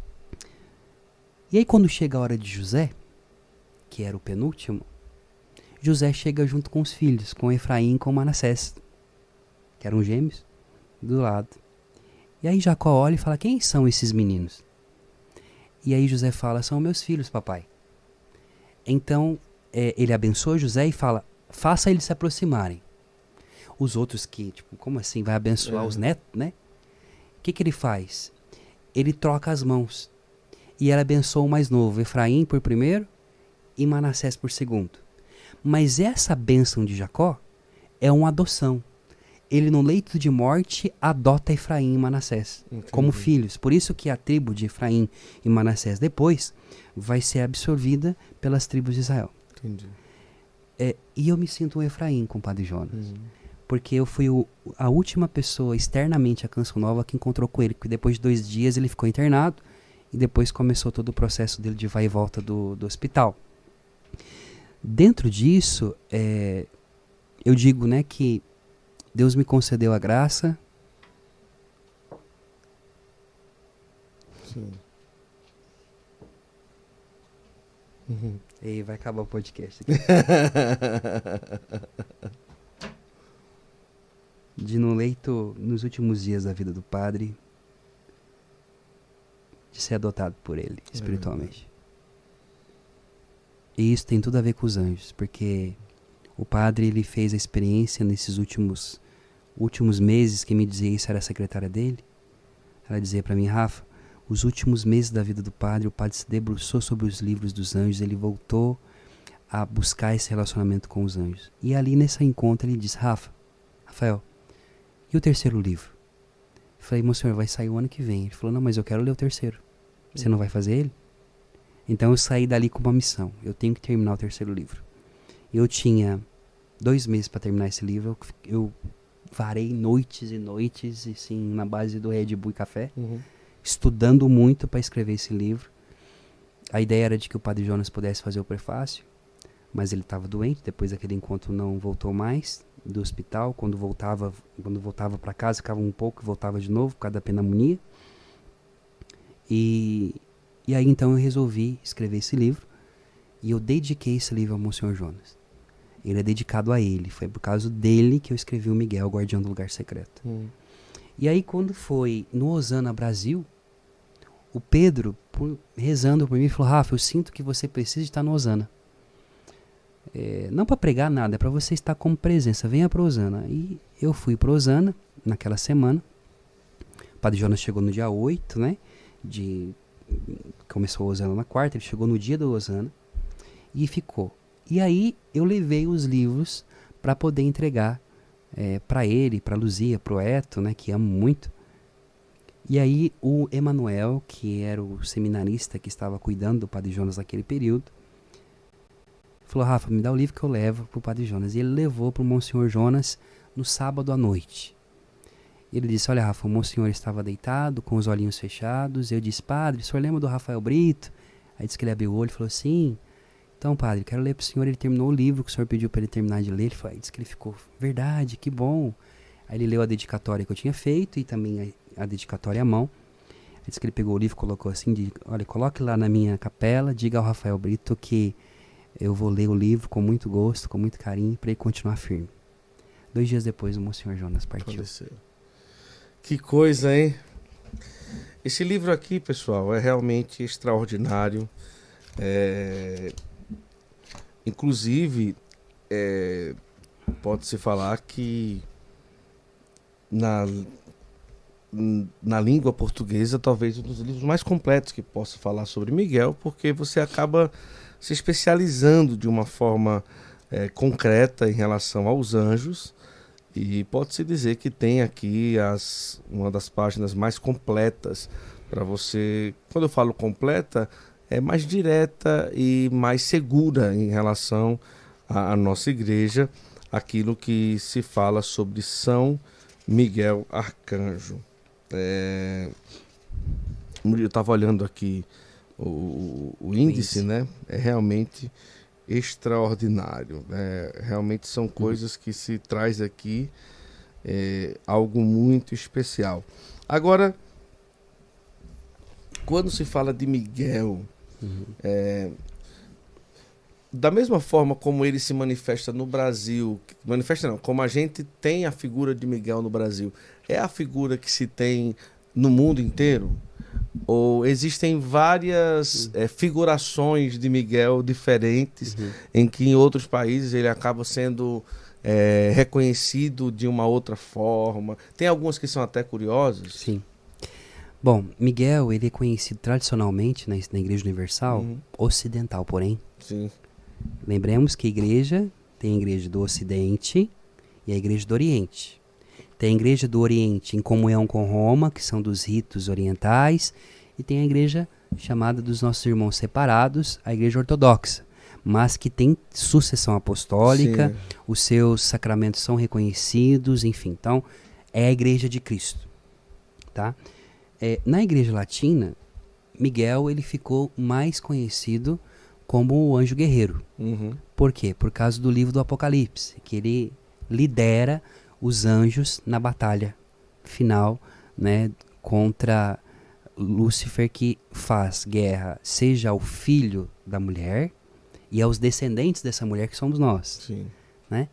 E aí quando chega a hora de José, que era o penúltimo, José chega junto com os filhos, com Efraim e com Manassés, que eram gêmeos, do lado. E aí Jacó olha e fala, quem são esses meninos? E aí José fala, são meus filhos, papai. Então ele abençoa José e fala, faça eles se aproximarem. Os outros que, como assim, vai abençoar os netos, né? O que ele faz? Ele troca as mãos. E ele abençoa o mais novo, Efraim por primeiro e Manassés por segundo. Mas essa bênção de Jacó é uma adoção. Ele no leito de morte adota Efraim e Manassés como filhos. Por isso que a tribo de Efraim e Manassés depois vai ser absorvida pelas tribos de Israel. Entendi. E eu me sinto um Efraim com o Padre Jonas. Porque eu fui a última pessoa externamente à Canção Nova que encontrou com ele. Porque depois de 2 dias ele ficou internado e depois começou todo o processo dele de vai e volta do hospital. Dentro disso, eu digo, né, que Deus me concedeu a graça. Sim. E vai acabar o podcast aqui. de no leito, nos últimos dias da vida do padre, de ser adotado por ele, espiritualmente. E isso tem tudo a ver com os anjos, porque o padre, ele fez a experiência nesses últimos meses, que me dizia isso era a secretária dele. Ela dizia para mim: Rafa, os últimos meses da vida do padre, o padre se debruçou sobre os livros dos anjos, ele voltou a buscar esse relacionamento com os anjos. E ali nesse encontro ele disse: Rafael, e o terceiro livro? Eu falei: Monsenhor, vai sair o ano que vem. Ele falou: não, mas eu quero ler o terceiro. Você não vai fazer ele? Então eu saí dali com uma missão. Eu tenho que terminar o terceiro livro. Eu tinha 2 meses para terminar esse livro. Eu varei noites e noites, assim, na base do Red Bull e café, estudando muito para escrever esse livro. A ideia era de que o Padre Jonas pudesse fazer o prefácio, mas ele estava doente. Depois daquele encontro não voltou mais do hospital. Quando voltava para casa, ficava um pouco e voltava de novo por causa da pneumonia. E aí então eu resolvi escrever esse livro, e eu dediquei esse livro ao Monsenhor Jonas. Ele é dedicado a ele. Foi por causa dele que eu escrevi o Miguel, Guardião do Lugar Secreto. E aí, quando foi no Osana Brasil, o Pedro, rezando por mim, falou: Rafa, eu sinto que você precisa estar no Osana. Não para pregar nada, é para você estar como presença. Venha para Osana. E eu fui para Osana naquela semana. O Padre Jonas chegou no dia 8, né? Começou o Osana na quarta, ele chegou no dia do Osana e ficou. E aí eu levei os livros para poder entregar para ele, para Luzia, pro Eto, né, que amo muito. E aí o Emanuel, que era o seminarista que estava cuidando do Padre Jonas naquele período, falou: Rafa, me dá o livro que eu levo pro Padre Jonas. E ele levou pro Monsenhor Jonas no sábado à noite. Ele disse: olha, Rafa, o Monsenhor estava deitado, com os olhinhos fechados. Eu disse: Padre, o senhor lembra do Rafael Brito? Aí disse que ele abriu o olho e falou: sim. Então, padre, quero ler para o senhor. Ele terminou o livro que o senhor pediu para ele terminar de ler. Ele falou, disse que ele ficou: verdade, que bom. Aí ele leu a dedicatória que eu tinha feito e também a dedicatória à mão. Aí disse que ele pegou o livro e colocou assim: olha, coloque lá na minha capela, diga ao Rafael Brito que eu vou ler o livro com muito gosto, com muito carinho, para ele continuar firme. 2 dias depois, o Monsenhor Jonas partiu. Faleceu. Que coisa, hein? Esse livro aqui, pessoal, é realmente extraordinário. Inclusive, pode-se falar que na língua portuguesa, talvez um dos livros mais completos que possa falar sobre Miguel, porque você acaba se especializando de uma forma concreta em relação aos anjos, e pode-se dizer que tem aqui uma das páginas mais completas para você. Quando eu falo completa, é mais direta e mais segura em relação à nossa igreja, aquilo que se fala sobre São Miguel Arcanjo. Eu estava olhando aqui o índice, né? É realmente extraordinário, né? Realmente são coisas que se traz aqui, algo muito especial. Agora, quando se fala de Miguel, da mesma forma como ele se manifesta no Brasil, como a gente tem a figura de Miguel no Brasil, é a figura que se tem no mundo inteiro? Ou existem várias figurações de Miguel diferentes, em que em outros países ele acaba sendo reconhecido de uma outra forma? Tem algumas que são até curiosas? Sim. Bom, Miguel, ele é conhecido tradicionalmente na Igreja Universal, ocidental, porém. Sim. Lembremos que tem a Igreja do Ocidente e a Igreja do Oriente. Tem a Igreja do Oriente em comunhão com Roma, que são dos ritos orientais, e tem a Igreja chamada dos nossos irmãos separados, a Igreja Ortodoxa, mas que tem sucessão apostólica, sim, os seus sacramentos são reconhecidos, enfim. Então, é a Igreja de Cristo, tá? Na Igreja Latina, Miguel ele ficou mais conhecido como o anjo guerreiro. Por quê? Por causa do livro do Apocalipse, que ele lidera os anjos na batalha final, né, contra Lúcifer, que faz guerra seja ao filho da mulher e aos descendentes dessa mulher, que somos nós. Sim. Né?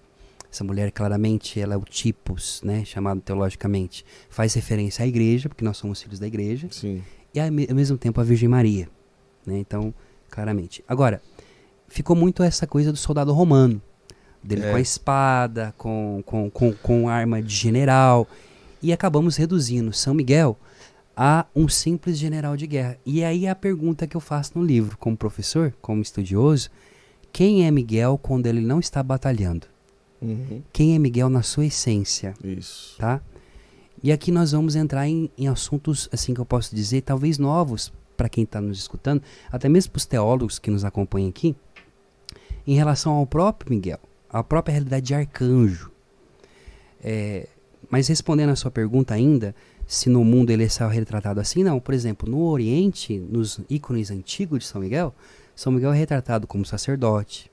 Essa mulher, claramente, ela é o tipos, né, chamado teologicamente. Faz referência à igreja, porque nós somos filhos da igreja. Sim. E, ao mesmo tempo, a Virgem Maria. Né? Então, claramente. Agora, ficou muito essa coisa do soldado romano. Dele com a espada, com arma de general. E acabamos reduzindo São Miguel a um simples general de guerra. E aí a pergunta que eu faço no livro, como professor, como estudioso: quem é Miguel quando ele não está batalhando? Quem é Miguel na sua essência? Isso. Tá? E aqui nós vamos entrar em assuntos, assim que eu posso dizer, talvez novos para quem está nos escutando, até mesmo para os teólogos que nos acompanham aqui, em relação ao próprio Miguel, a própria realidade de arcanjo. Mas respondendo a sua pergunta ainda, se no mundo ele é só retratado assim, não. Por exemplo, no Oriente, nos ícones antigos de São Miguel é retratado como sacerdote,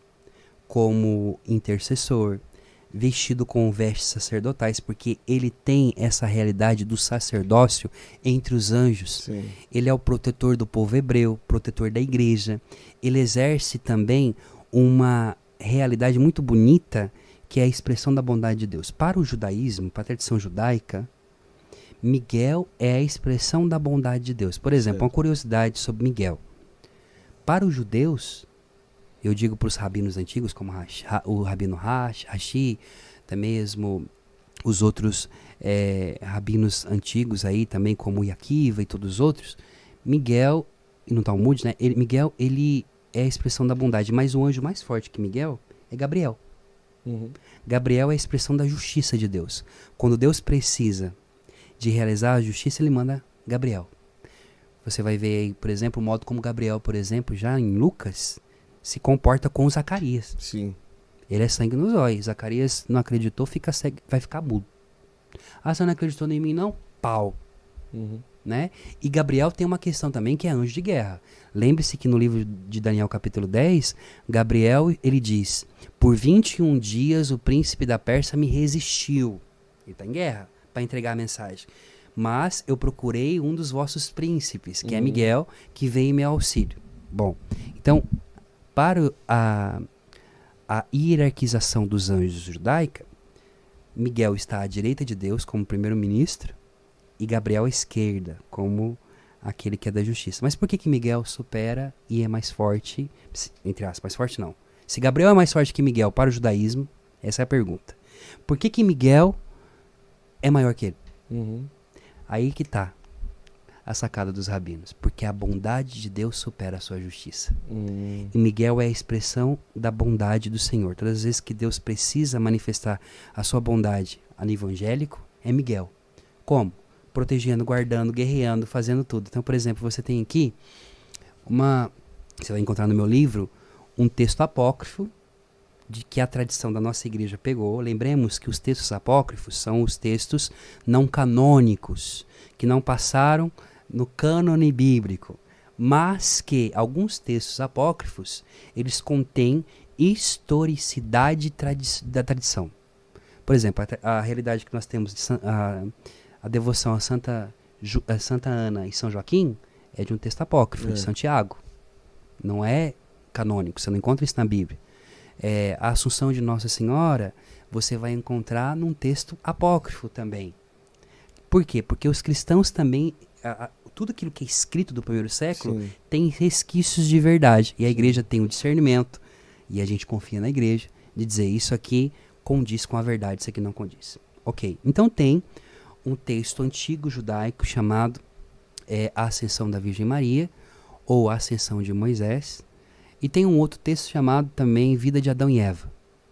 como intercessor, vestido com vestes sacerdotais, porque ele tem essa realidade do sacerdócio entre os anjos. Sim. Ele é o protetor do povo hebreu, protetor da igreja. Ele exerce também uma realidade muito bonita, que é a expressão da bondade de Deus. Para o judaísmo, para a tradição judaica, Miguel é a expressão da bondade de Deus. Por exemplo, uma curiosidade sobre Miguel. Para os judeus, eu digo para os rabinos antigos, como o rabino Rashi, até mesmo os outros rabinos antigos aí também, como Yakiva e todos os outros, Miguel, e no Talmud, né, Miguel, ele é a expressão da bondade, mas o anjo mais forte que Miguel é Gabriel. Gabriel é a expressão da justiça de Deus. Quando Deus precisa de realizar a justiça, ele manda Gabriel. Você vai ver aí, por exemplo, o modo como Gabriel, por exemplo, já em Lucas, se comporta com Zacarias. Sim. Ele é sangue nos olhos. Zacarias não acreditou, vai ficar mudo. Ah, você não acreditou em mim, não? Pau. Né? E Gabriel tem uma questão também que é anjo de guerra. Lembre-se que no livro de Daniel capítulo 10, Gabriel, ele diz: por 21 dias o príncipe da Pérsia me resistiu. Ele está em guerra para entregar a mensagem. Mas eu procurei um dos vossos príncipes, que é Miguel, que veio em meu auxílio. Bom, então, para a hierarquização dos anjos judaica, Miguel está à direita de Deus como primeiro-ministro e Gabriel à esquerda como aquele que é da justiça. Mas por que Miguel supera e é mais forte, entre aspas, mais forte não. Se Gabriel é mais forte que Miguel para o judaísmo, essa é a pergunta. Por que Miguel é maior que ele? Aí que está a sacada dos rabinos. Porque a bondade de Deus supera a sua justiça. E Miguel é a expressão da bondade do Senhor. Todas as vezes que Deus precisa manifestar a sua bondade a nível angélico, é Miguel. Como? Protegendo, guardando, guerreando, fazendo tudo. Então, por exemplo, você tem aqui você vai encontrar no meu livro um texto apócrifo de que a tradição da nossa igreja pegou. Lembremos que os textos apócrifos são os textos não canônicos, que não passaram no cânone bíblico, mas que alguns textos apócrifos, eles contêm historicidade da tradição. Por exemplo, a realidade que nós temos de a devoção a Santa Ana e São Joaquim é de um texto apócrifo, de Santiago. Não é canônico, você não encontra isso na Bíblia. A Assunção de Nossa Senhora, você vai encontrar num texto apócrifo também. Por quê? Porque os cristãos também, tudo aquilo que é escrito do primeiro século, sim, tem resquícios de verdade. E a igreja tem o discernimento, e a gente confia na igreja, de dizer isso aqui condiz com a verdade, isso aqui não condiz. Ok, então tem um texto antigo judaico chamado A Ascensão da Virgem Maria, ou A Ascensão de Moisés, e tem um outro texto chamado também Vida de Adão e Eva.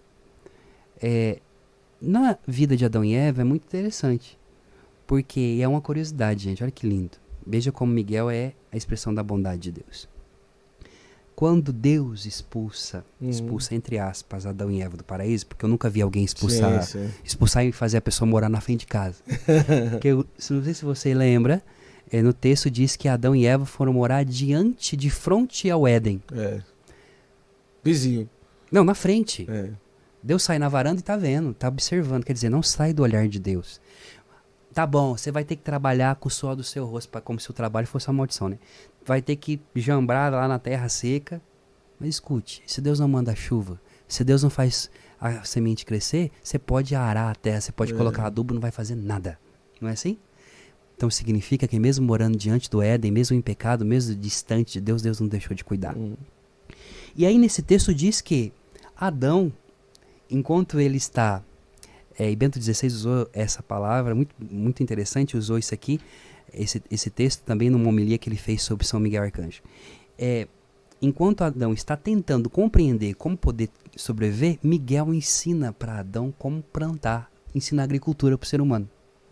Na Vida de Adão e Eva é muito interessante, porque é uma curiosidade, gente, olha que lindo. Veja como Miguel é a expressão da bondade de Deus. Quando Deus expulsa entre aspas, Adão e Eva do paraíso, porque eu nunca vi alguém expulsar e fazer a pessoa morar na frente de casa. Porque não sei se você lembra, no texto diz que Adão e Eva foram morar de frente ao Éden. Vizinho. Não, na frente. Deus sai na varanda e tá vendo, tá observando. Quer dizer, não sai do olhar de Deus. Tá bom, você vai ter que trabalhar com o suor do seu rosto, como se o trabalho fosse uma maldição, né? Vai ter que jambrar lá na terra seca. Mas escute, se Deus não manda a chuva, se Deus não faz a semente crescer, você pode arar a terra, você pode colocar adubo, não vai fazer nada. Não é assim? Então significa que mesmo morando diante do Éden, mesmo em pecado, mesmo distante de Deus, Deus não deixou de cuidar. E aí nesse texto diz que Adão, enquanto ele está... e Bento XVI usou essa palavra, muito, muito interessante, usou isso aqui, esse texto também numa homilia que ele fez sobre São Miguel Arcanjo. Enquanto Adão está tentando compreender como poder sobreviver, Miguel ensina para Adão como plantar, ensina a agricultura para o ser humano.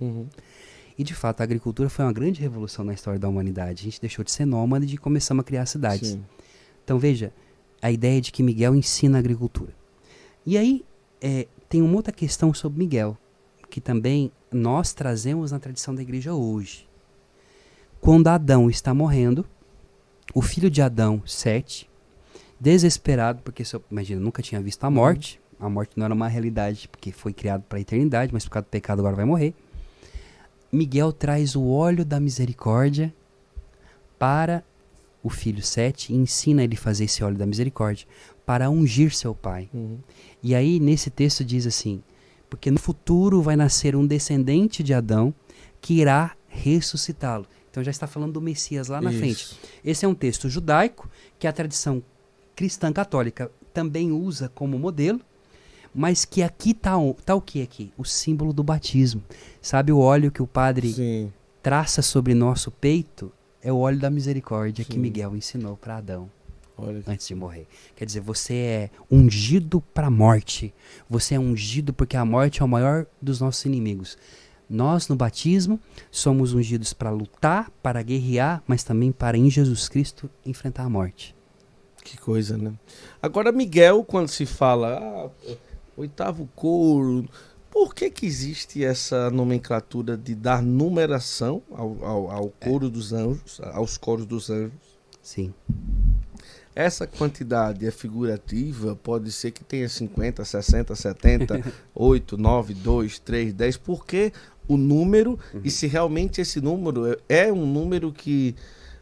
E de fato a agricultura foi uma grande revolução na história da humanidade. A gente deixou de ser nômade e começamos a criar cidades. Sim. Então veja, a ideia de que Miguel ensina a agricultura. E aí tem uma outra questão sobre Miguel, que também nós trazemos na tradição da igreja hoje. Quando Adão está morrendo, o filho de Adão, Sete, desesperado, porque, imagina, nunca tinha visto a morte não era uma realidade, porque foi criado para a eternidade, mas por causa do pecado agora vai morrer. Miguel traz o óleo da misericórdia para o filho Sete e ensina ele a fazer esse óleo da misericórdia para ungir seu pai. E aí nesse texto diz assim, porque no futuro vai nascer um descendente de Adão que irá ressuscitá-lo. Então já está falando do Messias lá na frente. Esse é um texto judaico que a tradição cristã católica também usa como modelo, mas que aqui tá o que aqui? O símbolo do batismo. Sabe o óleo que o padre traça sobre nosso peito? É o óleo da misericórdia que Miguel ensinou para Adão antes de morrer. Quer dizer, você é ungido para a morte. Você é ungido porque a morte é o maior dos nossos inimigos. Nós, no batismo, somos ungidos para lutar, para guerrear, mas também para, em Jesus Cristo, enfrentar a morte. Que coisa, né? Agora, Miguel, quando se fala, oitavo coro, por que existe essa nomenclatura de dar numeração ao coro dos anjos, aos coros dos anjos? Sim. Essa quantidade é figurativa, pode ser que tenha 50, 60, 70, 8, 9, 2, 3, 10. Por que o número? E se realmente esse número é um número que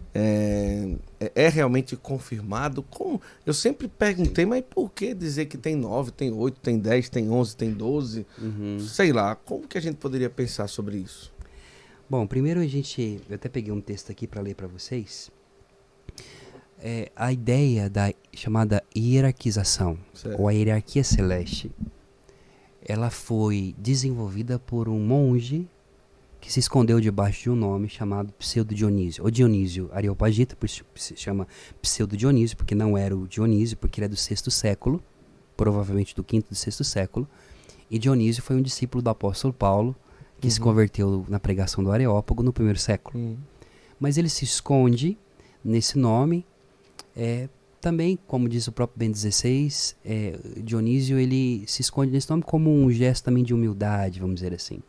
é realmente confirmado? Como? Eu sempre perguntei, mas por que dizer que tem 9, tem 8, tem 10, tem 11, tem 12? Sei lá, como que a gente poderia pensar sobre isso? Bom, primeiro eu até peguei um texto aqui para ler para vocês. A ideia da chamada hierarquização, ou a hierarquia celeste, ela foi desenvolvida por um monge que se escondeu debaixo de um nome chamado Pseudo Dionísio, ou Dionísio Areopagita, por isso se chama Pseudo Dionísio, porque não era o Dionísio, porque ele é do 6º século, provavelmente do 5º do 6º século, e Dionísio foi um discípulo do apóstolo Paulo, que se converteu na pregação do Areópago no 1º século. Mas ele se esconde nesse nome. Também, como diz o próprio Bento XVI, Dionísio ele se esconde nesse nome como um gesto também de humildade, vamos dizer assim.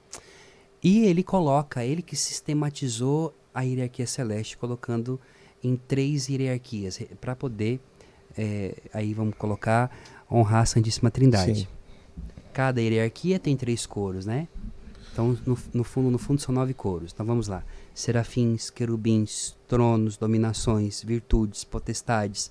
E ele que sistematizou a hierarquia celeste, colocando em 3 hierarquias, para poder, aí vamos colocar, honrar a Santíssima Trindade. Sim. Cada hierarquia tem 3 coros, né? Então, no fundo, são 9 coros. Então, vamos lá. Serafins, querubins, tronos, dominações, virtudes, potestades,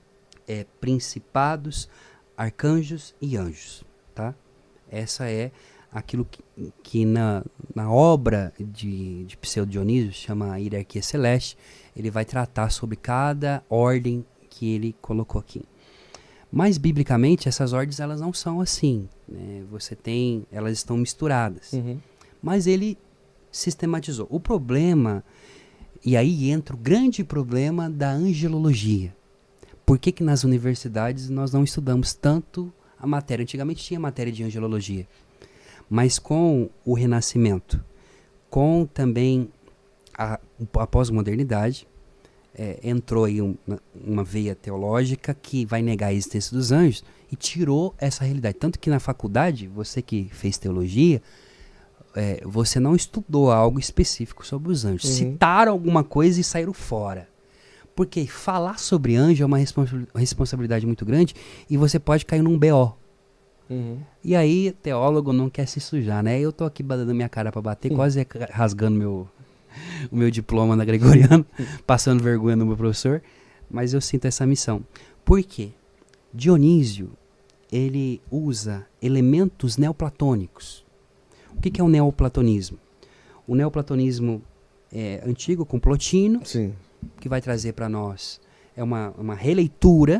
principados, arcanjos e anjos. Tá? Essa é aquilo que na obra de Pseudo Dionísio, chama a hierarquia celeste, ele vai tratar sobre cada ordem que ele colocou aqui. Mas, biblicamente, essas ordens elas não são assim. Né? Elas estão misturadas. Mas ele sistematizou. O problema, e aí entra o grande problema da angelologia. Por que nas universidades nós não estudamos tanto a matéria? Antigamente tinha matéria de angelologia. Mas com o Renascimento, com também a pós-modernidade, entrou aí uma veia teológica que vai negar a existência dos anjos e tirou essa realidade. Tanto que na faculdade, você que fez teologia, você não estudou algo específico sobre os anjos. Citaram alguma coisa e saíram fora. Porque falar sobre anjo é uma responsabilidade muito grande e você pode cair num BO. E aí, teólogo não quer se sujar, né? Eu tô aqui dando minha cara para bater, quase rasgando o meu diploma na Gregoriana, passando vergonha no meu professor, mas eu sinto essa missão. Por quê? Dionísio, ele usa elementos neoplatônicos. O que é o neoplatonismo? O neoplatonismo é antigo, com Plotino, Sim. que vai trazer para nós uma releitura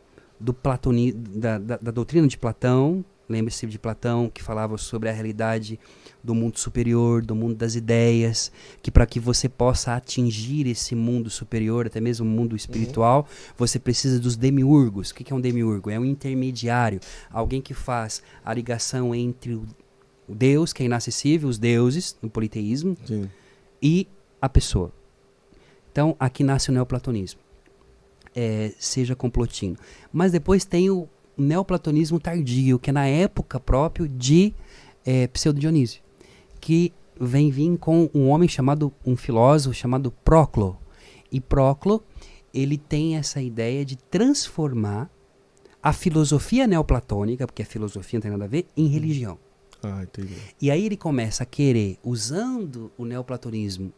da doutrina de Platão. Lembre-se de Platão, que falava sobre a realidade do mundo superior, do mundo das ideias, que para que você possa atingir esse mundo superior, até mesmo o mundo espiritual, você precisa dos demiurgos. O que é um demiurgo? É um intermediário, alguém que faz a ligação entre o Deus, que é inacessível, os deuses, no politeísmo, Sim. e a pessoa. Então, aqui nasce o neoplatonismo, seja com Plotino. Mas depois tem o neoplatonismo tardio, que é na época próprio de Pseudo-Dionísio, que vem vir com um filósofo chamado Próclo. E Próclo, ele tem essa ideia de transformar a filosofia neoplatônica, porque a filosofia não tem nada a ver, em religião. Ah, entendi. E aí ele começa a querer, usando o neoplatonismo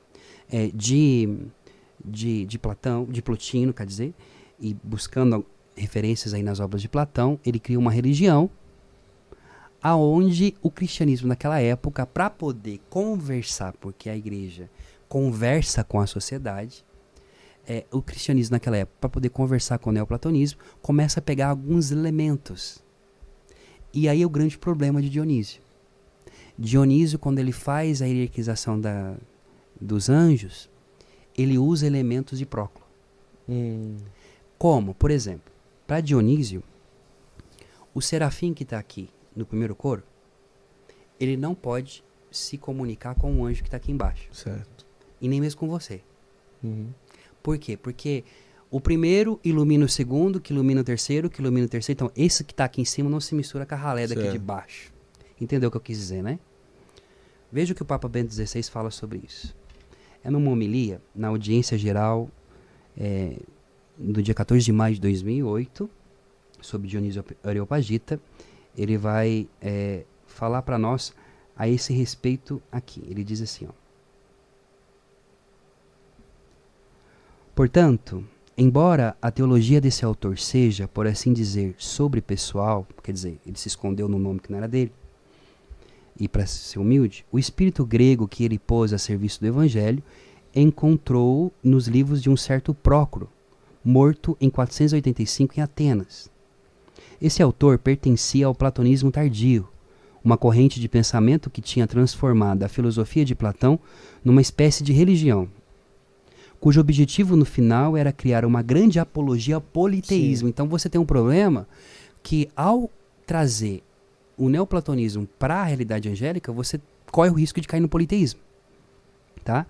de Platão, de Plotino, quer dizer, e buscando referências aí nas obras de Platão, ele cria uma religião aonde o cristianismo naquela época, para poder conversar, porque a igreja conversa com a sociedade, o cristianismo naquela época, para poder conversar com o neoplatonismo, começa a pegar alguns elementos. E aí é o grande problema de Dionísio. Dionísio, quando ele faz a hierarquização dos anjos, ele usa elementos de Próclo. Como, por exemplo, para Dionísio, o serafim que está aqui no primeiro coro, ele não pode se comunicar com o anjo que está aqui embaixo. Certo. E nem mesmo com você. Por quê? Porque o primeiro ilumina o segundo, que ilumina o terceiro, que ilumina o terceiro. Então, esse que está aqui em cima não se mistura com a ralé daqui de baixo. Entendeu o que eu quis dizer, né? Veja o que o Papa Bento XVI fala sobre isso. É numa homilia, na audiência geral, do dia 14 de maio de 2008, sobre Dionísio Areopagita. Ele vai falar para nós a esse respeito aqui. Ele diz assim, ó. Portanto, embora a teologia desse autor seja, por assim dizer, sobrepessoal, quer dizer, ele se escondeu num nome que não era dele, e para ser humilde, o espírito grego que ele pôs a serviço do evangelho encontrou nos livros de um certo Próclo, morto em 485 em Atenas. Esse autor pertencia ao platonismo tardio, uma corrente de pensamento que tinha transformado a filosofia de Platão numa espécie de religião, cujo objetivo no final era criar uma grande apologia ao politeísmo. Sim. Então você tem um problema que, ao trazer o neoplatonismo para a realidade angélica, você corre o risco de cair no politeísmo. Tá?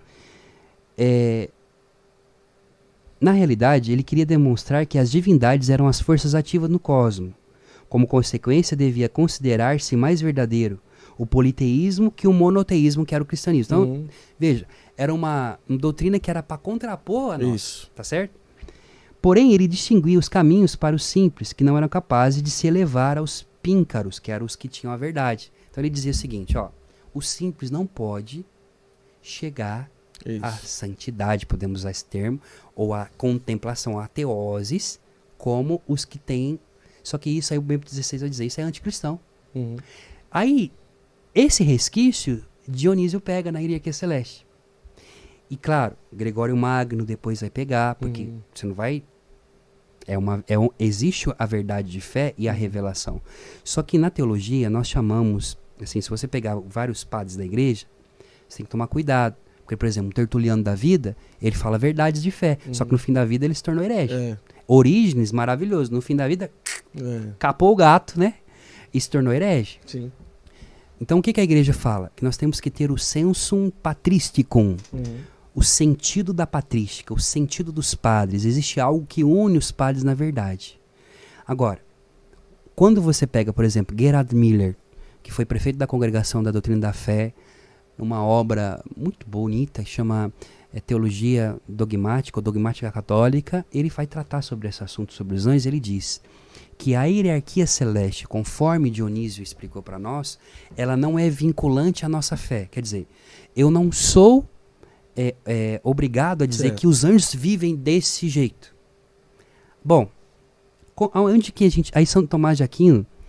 Na realidade, ele queria demonstrar que as divindades eram as forças ativas no cosmos. Como consequência, devia considerar-se mais verdadeiro o politeísmo que o monoteísmo, que era o cristianismo. Então, veja, era uma doutrina que era para contrapor a nossa. Isso. Tá certo? Porém, ele distinguia os caminhos para os simples, que não eram capazes de se elevar aos píncaros, que eram os que tinham a verdade. Então ele dizia o seguinte, ó, o simples não pode chegar à santidade, podemos usar esse termo, ou à contemplação, à teoses, como os que têm. Só que isso aí o Bento XVI vai dizer, isso é anticristão. Aí, esse resquício, Dionísio pega na hierarquia celeste. E claro, Gregório Magno depois vai pegar, porque você não vai... existe a verdade de fé e a revelação. Só que na teologia nós chamamos, assim, se você pegar vários padres da igreja, você tem que tomar cuidado. Porque, por exemplo, o Tertuliano da vida, ele fala verdades de fé. Só que no fim da vida ele se tornou herege. Orígenes, maravilhoso. No fim da vida, capou o gato, né? E se tornou herege. Sim. Então o que a igreja fala? Que nós temos que ter o sensum patristicum. O sentido da patrística, o sentido dos padres. Existe algo que une os padres na verdade. Agora, quando você pega, por exemplo, Gerhard Miller, que foi prefeito da Congregação da Doutrina da Fé, uma obra muito bonita, que chama Teologia Dogmática ou Dogmática Católica, ele vai tratar sobre esse assunto, sobre os anjos. Ele diz que a hierarquia celeste, conforme Dionísio explicou para nós, ela não é vinculante à nossa fé. Quer dizer, eu não sou obrigado a dizer que os anjos vivem desse jeito. Bom, onde que a gente... Aí São Tomás de Aquino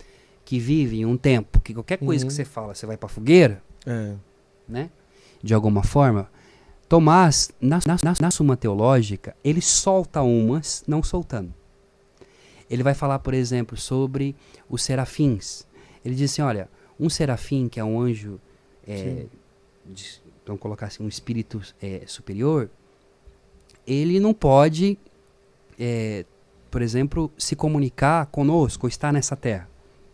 que vive em um tempo que qualquer coisa que você fala, você vai pra fogueira, né? De alguma forma, Tomás, na Suma Teológica, ele solta umas, não soltando. Ele vai falar, por exemplo, sobre os serafins. Ele diz assim, olha, um serafim, que é um anjo, vamos colocar assim, um espírito superior, ele não pode, por exemplo, se comunicar conosco, ou estar nessa terra.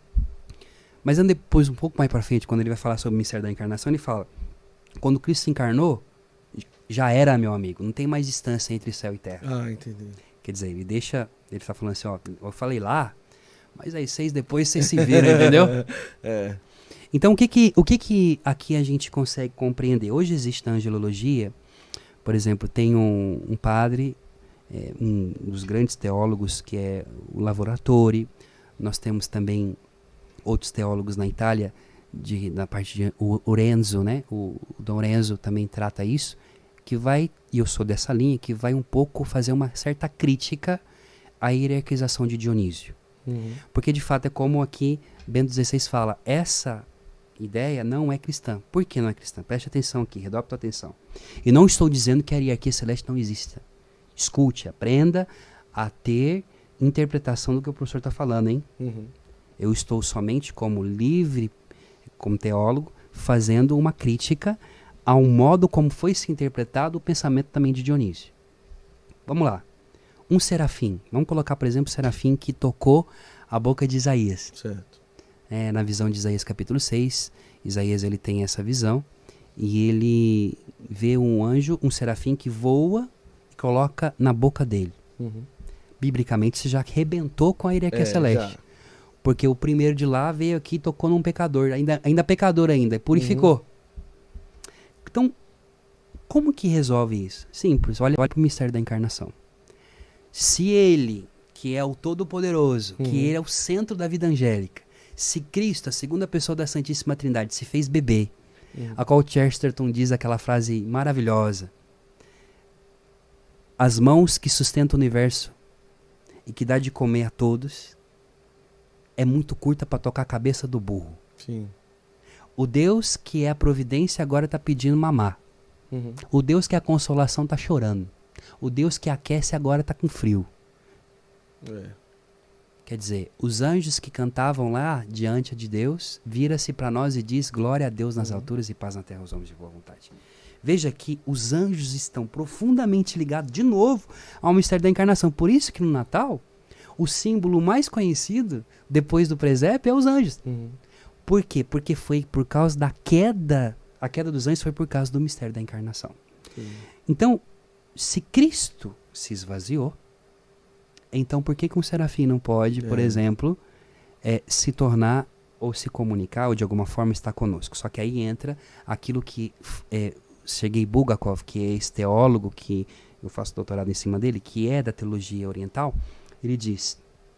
Mas depois, um pouco mais para frente, quando ele vai falar sobre o mistério da encarnação, ele fala, quando Cristo se encarnou, já era meu amigo, não tem mais distância entre céu e terra. Ah, entendi. Quer dizer, ele tá falando assim, ó, eu falei lá, mas aí depois vocês se viram, entendeu? Então, o que aqui a gente consegue compreender? Hoje existe na angelologia, por exemplo, tem um padre, um dos grandes teólogos, que é o Lavoratori. Nós temos também outros teólogos na Itália, na parte de Orenzo, né? O Dom Orenzo também trata isso, que vai, e eu sou dessa linha, que vai um pouco fazer uma certa crítica à hierarquização de Dionísio. Porque, de fato, é como aqui Bento XVI fala, essa ideia não é cristã. Por que não é cristã? Preste atenção aqui, redobre a atenção. E não estou dizendo que a hierarquia celeste não exista. Escute, aprenda a ter interpretação do que o professor está falando, hein? Eu estou somente como livre, como teólogo, fazendo uma crítica ao modo como foi se interpretado o pensamento também de Dionísio. Vamos lá. Um serafim. Vamos colocar, por exemplo, o serafim que tocou a boca de Isaías. Certo. Na visão de Isaías capítulo 6, Isaías ele tem essa visão e ele vê um anjo, um serafim que voa e coloca na boca dele. Biblicamente isso já arrebentou com a hierarquia celeste. Já. Porque o primeiro de lá veio aqui e tocou num pecador, ainda pecador ainda, purificou. Então, como que resolve isso? Simples, olha para o mistério da encarnação. Se ele, que é o Todo-Poderoso, que ele é o centro da vida angélica, se Cristo, a segunda pessoa da Santíssima Trindade, se fez bebê, a qual Chesterton diz aquela frase maravilhosa, as mãos que sustentam o universo e que dá de comer a todos, é muito curta para tocar a cabeça do burro. Sim. O Deus que é a providência agora está pedindo mamar. O Deus que é a consolação está chorando. O Deus que aquece agora está com frio. Quer dizer, os anjos que cantavam lá diante de Deus, vira-se para nós e diz glória a Deus nas alturas e paz na terra aos homens de boa vontade. Veja que os anjos estão profundamente ligados de novo ao mistério da encarnação. Por isso que no Natal, o símbolo mais conhecido, depois do presépio, é os anjos. Por quê? Porque foi por causa da queda, a queda dos anjos foi por causa do mistério da encarnação. Então, se Cristo se esvaziou, então por que um serafim não pode, por exemplo, se tornar ou se comunicar ou de alguma forma estar conosco? Só que aí entra aquilo que Sergei Bulgakov, que é esse teólogo que eu faço doutorado em cima dele, que é da teologia oriental, ele diz,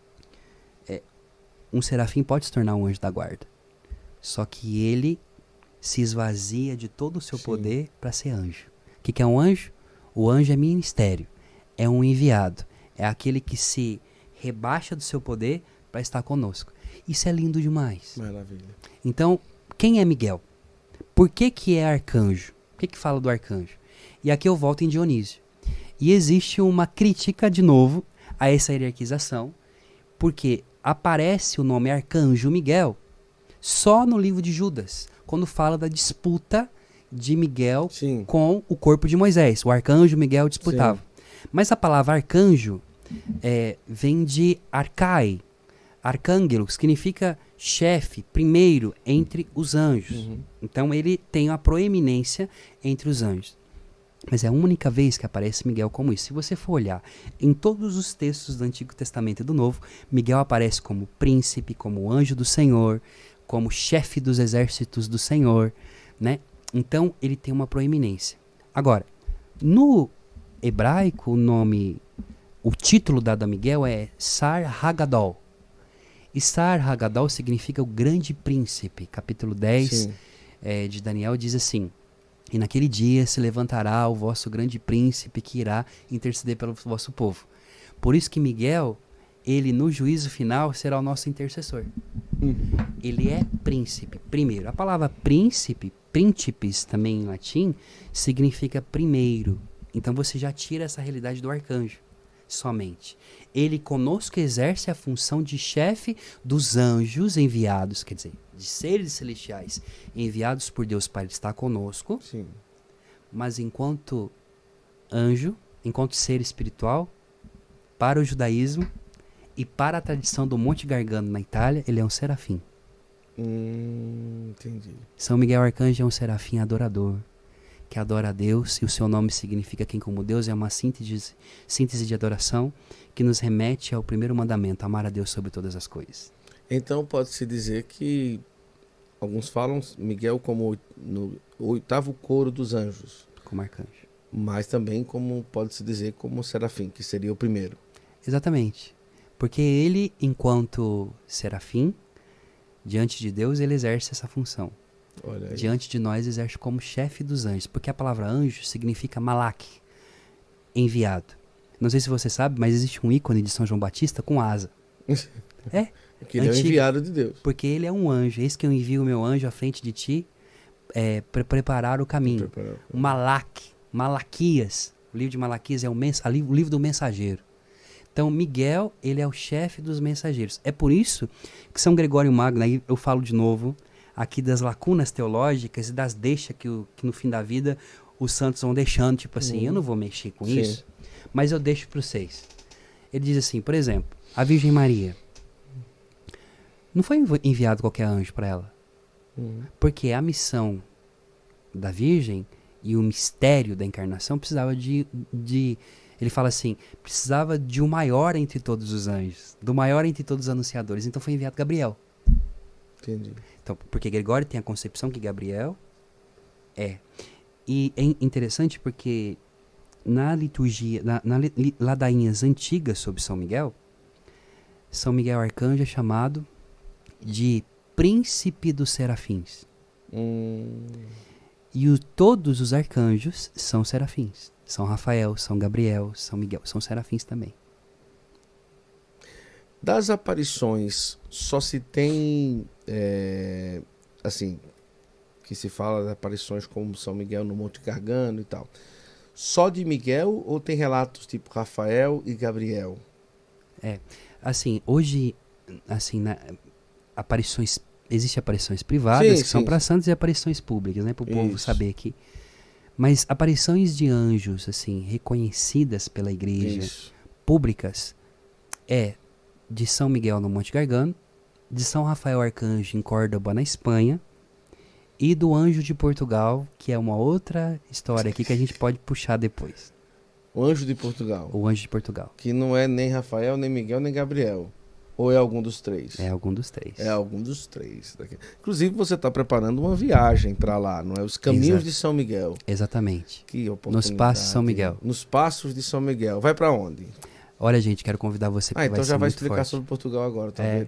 um serafim pode se tornar um anjo da guarda, só que ele se esvazia de todo o seu poder para ser anjo. O que é um anjo? O anjo é ministério, é um enviado, é aquele que se rebaixa do seu poder para estar conosco. Isso é lindo demais. Maravilha. Então, quem é Miguel? Por que é arcanjo? Por que fala do arcanjo? E aqui eu volto em Dionísio. E existe uma crítica, de novo, a essa hierarquização, porque aparece o nome arcanjo Miguel só no livro de Judas, quando fala da disputa de Miguel com o corpo de Moisés. O arcanjo Miguel disputava. Mas a palavra arcanjo vem de arcai, arcângelo, que significa chefe, primeiro entre os anjos. Então ele tem a proeminência entre os anjos. Mas é a única vez que aparece Miguel como isso. Se você for olhar em todos os textos do Antigo Testamento e do Novo, Miguel aparece como príncipe, como anjo do Senhor, como chefe dos exércitos do Senhor, né? Então ele tem uma proeminência. Agora, no hebraico, o título dado a Miguel é Sar Hagadol. E Sar Hagadol significa o grande príncipe. Capítulo 10 de Daniel diz assim: e naquele dia se levantará o vosso grande príncipe que irá interceder pelo vosso povo. Por isso que Miguel, ele no juízo final será o nosso intercessor. Ele é príncipe. Primeiro, a palavra príncipe, príncipes também em latim, significa primeiro. Então você já tira essa realidade do arcanjo somente. Ele conosco exerce a função de chefe dos anjos enviados, quer dizer, de seres celestiais enviados por Deus para estar conosco. Sim. Mas enquanto anjo, enquanto ser espiritual, para o judaísmo e para a tradição do Monte Gargano na Itália, ele é um serafim. Entendi. São Miguel Arcanjo é um serafim adorador, que adora a Deus, e o seu nome significa quem como Deus, é uma síntese de adoração que nos remete ao primeiro mandamento, amar a Deus sobre todas as coisas. Então pode-se dizer que alguns falam Miguel como no 8º coro dos anjos, Como arcanjo. mas também como pode-se dizer como serafim, que seria o primeiro. Exatamente. Porque ele, enquanto serafim, diante de Deus, ele exerce essa função. Olha aí. Diante de nós, exerce como chefe dos anjos. Porque a palavra anjo significa malak, enviado. Não sei se você sabe, mas existe um ícone de São João Batista com asa. É. Que ele é o enviado de Deus. Porque ele é um anjo. Eis que eu envio o meu anjo à frente de ti para preparar o caminho. Um malak, Malaquias. O livro de Malaquias é o livro do mensageiro. Então, Miguel, ele é o chefe dos mensageiros. É por isso que São Gregório Magno, aí eu falo de novo, aqui das lacunas teológicas e das deixas que no fim da vida os santos vão deixando, tipo assim, eu não vou mexer com isso, mas eu deixo para vocês. Ele diz assim, por exemplo, a Virgem Maria, não foi enviado qualquer anjo para ela, porque a missão da Virgem e o mistério da encarnação precisava de ele fala assim, precisava de um maior entre todos os anjos, do maior entre todos os anunciadores. Então foi enviado Gabriel. Entendi. Então, porque Gregório tem a concepção que Gabriel é. E é interessante porque na liturgia, na ladainhas antigas sobre São Miguel Arcanjo é chamado de príncipe dos serafins. E todos os arcanjos são serafins. São Rafael, São Gabriel, São Miguel, são serafins também. Das aparições, só se tem, assim, que se fala de aparições como São Miguel no Monte Gargano e tal. Só de Miguel ou tem relatos tipo Rafael e Gabriel? Assim, hoje, assim, existem aparições privadas que são para santos e aparições públicas, né, para o povo saber aqui. Mas aparições de anjos, assim, reconhecidas pela igreja, públicas, de São Miguel no Monte Gargano, de São Rafael Arcanjo em Córdoba, na Espanha, e do Anjo de Portugal, que é uma outra história aqui que a gente pode puxar depois. O Anjo de Portugal. O Anjo de Portugal. Que não é nem Rafael, nem Miguel, nem Gabriel. Ou é algum dos três? É algum dos três. É algum dos três. Inclusive, você está preparando uma viagem para lá, não é? Os caminhos de São Miguel. Exatamente. Que oportunidade. Nos Passos de São Miguel. Nos Passos de São Miguel. Vai para onde? Olha, gente, quero convidar você para então já vai explicar sobre Portugal agora, tá vendo?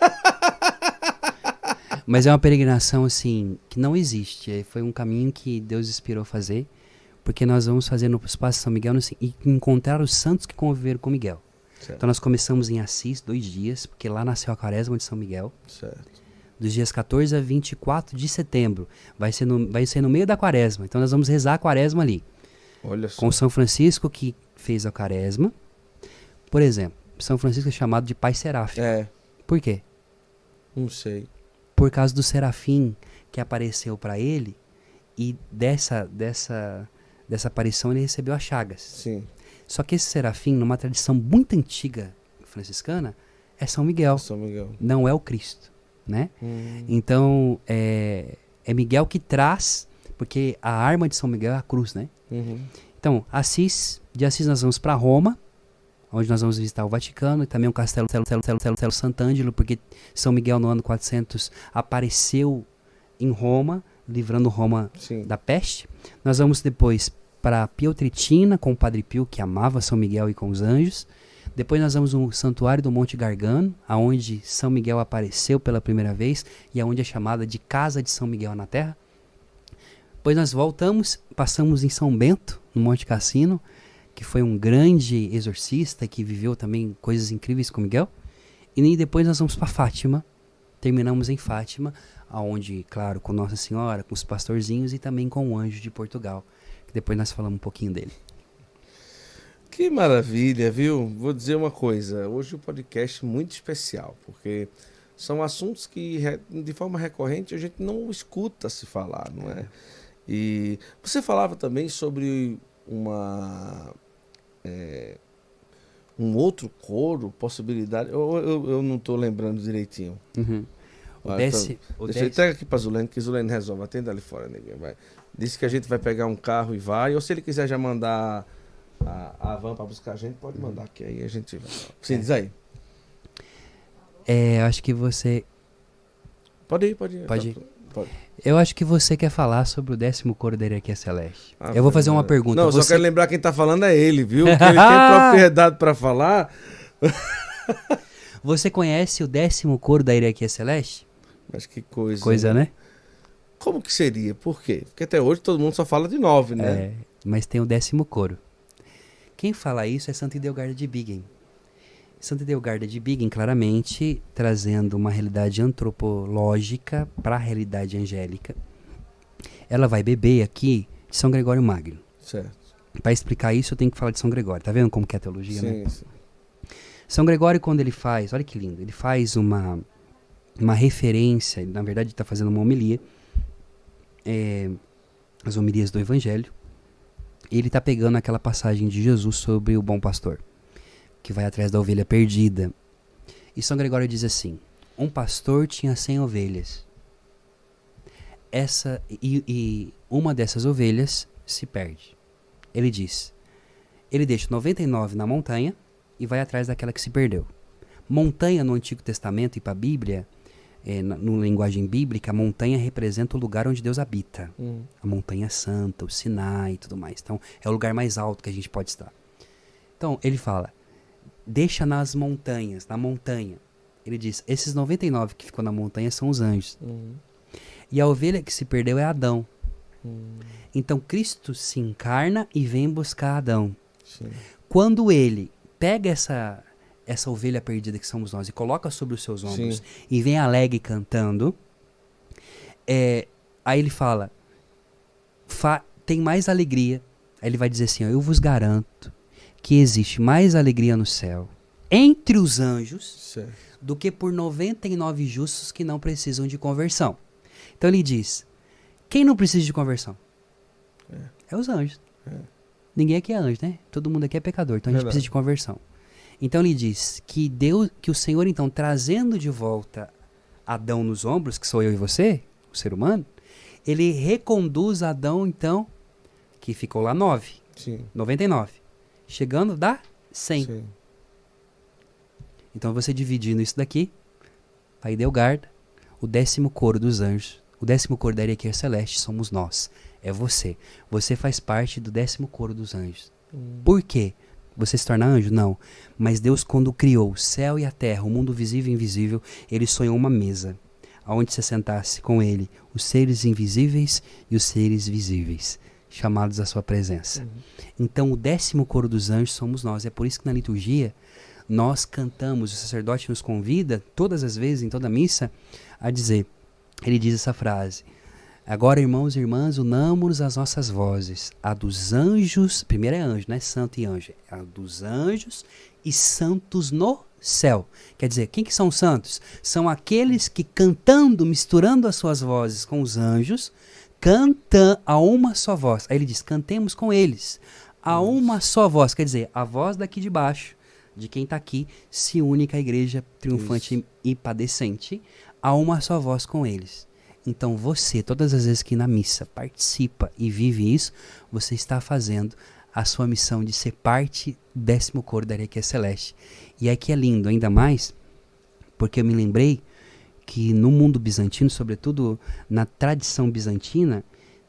Mas é uma peregrinação, assim, que não existe. Foi um caminho que Deus inspirou fazer, porque nós vamos fazer nos Passos de São Miguel e encontrar os santos que conviveram com Miguel. Certo. Então nós começamos em Assis, 2 dias, porque lá nasceu a Quaresma de São Miguel. Certo. Dos dias 14 a 24 de setembro. Vai ser no meio da Quaresma. Então nós vamos rezar a Quaresma ali. Olha só. Com São Francisco, que fez a Quaresma. Por exemplo, São Francisco é chamado de Pai Seráfico. Por quê? Não sei. Por causa do serafim que apareceu para ele, e dessa aparição ele recebeu as chagas. Sim. Só que esse serafim, numa tradição muito antiga franciscana, é São Miguel. São Miguel. Não é o Cristo, né? Então, é Miguel que traz, porque a arma de São Miguel é a cruz, né? Então, de Assis nós vamos para Roma, onde nós vamos visitar o Vaticano, e também o Castelo Sant'Angelo, porque São Miguel no ano 400 apareceu em Roma, livrando Roma da peste. Nós vamos depois para Pietrelcina com o Padre Pio, que amava São Miguel e com os anjos. Depois nós vamos no Santuário do Monte Gargano, aonde São Miguel apareceu pela primeira vez e aonde é chamada de Casa de São Miguel na Terra. Depois nós voltamos, passamos em São Bento, no Monte Cassino, que foi um grande exorcista que viveu também coisas incríveis com Miguel. E depois nós vamos para Fátima, terminamos em Fátima, aonde, claro, com Nossa Senhora, com os pastorzinhos e também com o Anjo de Portugal, que depois nós falamos um pouquinho dele. Que maravilha, viu? Vou dizer uma coisa, hoje o podcast é muito especial, porque são assuntos que de forma recorrente a gente não escuta se falar, não é? E você falava também sobre um outro coro, possibilidade, eu não estou lembrando direitinho. Uhum. Deixa eu entregar aqui para Zulene, que Zulene resolve, atenda ali fora, ninguém vai. Disse que a gente vai pegar um carro e vai, ou se ele quiser já mandar a van para buscar a gente, pode mandar, que aí a gente vai. Sim, diz aí. Acho que você... Pode ir. Pode ir. Eu acho que você quer falar sobre o 10º coro da hierarquia celeste. Eu vou fazer uma pergunta. Não, só quero lembrar quem tá falando é ele, viu? Que ele tem propriedade para falar. Você conhece o 10º coro da hierarquia celeste? Mas que coisa. Coisa, né? Como que seria? Por quê? Porque até hoje todo mundo só fala de 9, né? Mas tem o 10º coro. Quem fala isso é Santa Idelgarda de Bingen. Santa Idelgarda de Bingen, claramente, trazendo uma realidade antropológica para a realidade angélica. Ela vai beber aqui de São Gregório Magno. Certo. Para explicar isso, eu tenho que falar de São Gregório. Tá vendo como que é a teologia, né? Sim. São Gregório, quando ele faz, olha que lindo, ele faz uma referência, na verdade está fazendo uma homilia, as homilias do Evangelho. Ele está pegando aquela passagem de Jesus sobre o bom pastor, que vai atrás da ovelha perdida. E São Gregório diz assim: um pastor tinha 100 ovelhas. E uma dessas ovelhas se perde. Ele diz, ele deixa 99 na montanha e vai atrás daquela que se perdeu. Montanha no Antigo Testamento e para a Bíblia, no linguagem bíblica, a montanha representa o lugar onde Deus habita. A montanha santa, o Sinai e tudo mais. Então, é o lugar mais alto que a gente pode estar. Então, ele fala, deixa nas montanhas, na montanha. Ele diz, esses 99 que ficou na montanha são os anjos. E a ovelha que se perdeu é Adão. Então, Cristo se encarna e vem buscar Adão. Sim. Quando ele pega essa ovelha perdida que somos nós e coloca sobre os seus ombros, sim, e vem alegre cantando, aí ele fala, tem mais alegria. Aí ele vai dizer assim, ó, eu vos garanto que existe mais alegria no céu entre os anjos, certo, do que por 99 justos que não precisam de conversão. Então ele diz, quem não precisa de conversão? É os anjos. Ninguém aqui é anjo, né? Todo mundo aqui é pecador, então a gente precisa de conversão. Então ele diz que o Senhor, então, trazendo de volta Adão nos ombros, que sou eu e você, o ser humano, ele reconduz Adão, então, que ficou lá 99. Chegando, dá 100. Sim. Então você dividindo isso daqui, vai Idelgarda, o 10º coro dos anjos, o 10º coro da hierarquia celeste somos nós. É você. Você faz parte do 10º coro dos anjos. Por quê? Você se torna anjo? Não. Mas Deus, quando criou o céu e a terra, o mundo visível e invisível, ele sonhou uma mesa, onde se sentasse com ele os seres invisíveis e os seres visíveis, chamados à sua presença. Então, o 10º coro dos anjos somos nós. É por isso que na liturgia, nós cantamos, o sacerdote nos convida, todas as vezes, em toda a missa, a dizer, ele diz essa frase, agora, irmãos e irmãs, unamos as nossas vozes, a dos anjos, primeiro é anjo, não é santo e anjo, a dos anjos e santos no céu. Quer dizer, quem que são santos? São aqueles que cantando, misturando as suas vozes com os anjos, cantam a uma só voz. Aí ele diz, cantemos com eles, a uma só voz. Quer dizer, a voz daqui de baixo, de quem está aqui, se une com a igreja triunfante e padecente, a uma só voz com eles. Então você, todas as vezes que na missa participa e vive isso, você está fazendo a sua missão de ser parte do 10º coro da hierarquia celeste. E aqui é lindo, ainda mais, porque eu me lembrei que no mundo bizantino, sobretudo na tradição bizantina,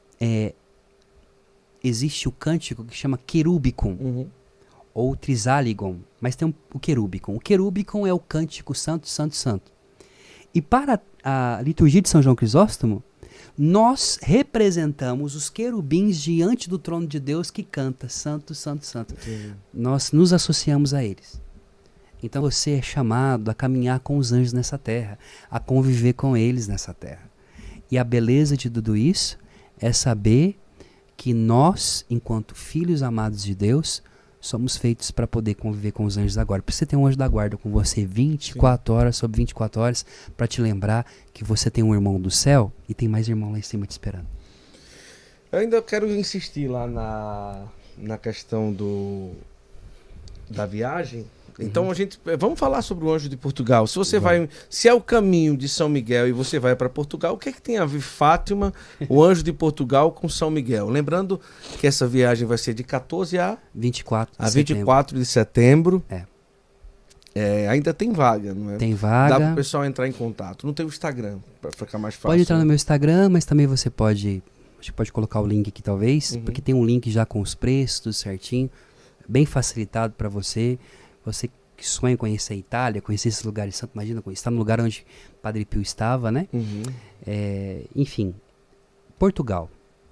existe o cântico que chama querubicon, ou trisáligon, mas tem o querubicon. O querubicon é o cântico santo, santo, santo. E para a liturgia de São João Crisóstomo, nós representamos os querubins diante do trono de Deus que canta Santo, Santo, Santo. Nós nos associamos a eles. Então você é chamado a caminhar com os anjos nessa terra, a conviver com eles nessa terra. E a beleza de tudo isso é saber que nós, enquanto filhos amados de Deus, somos feitos para poder conviver com os anjos da guarda. Você tem um anjo da guarda com você 24 horas sobre 24 horas para te lembrar que você tem um irmão do céu e tem mais irmão lá em cima te esperando. Eu ainda quero insistir lá na questão da viagem. Então vamos falar sobre o Anjo de Portugal. Se você se é o caminho de São Miguel e você vai para Portugal, o que é que tem a ver Fátima, o Anjo de Portugal com São Miguel? Lembrando que essa viagem vai ser de 14 a 24 de setembro. Ainda tem vaga, não é? Tem vaga. Dá para o pessoal entrar em contato. Não tem o Instagram, para ficar mais fácil. Pode entrar no meu Instagram, mas também você pode colocar o link aqui talvez, porque tem um link já com os preços, tudo certinho, bem facilitado para você. Você que sonha em conhecer a Itália, conhecer esses lugares santos, imagina, estar no lugar onde Padre Pio estava, né? Enfim, Portugal.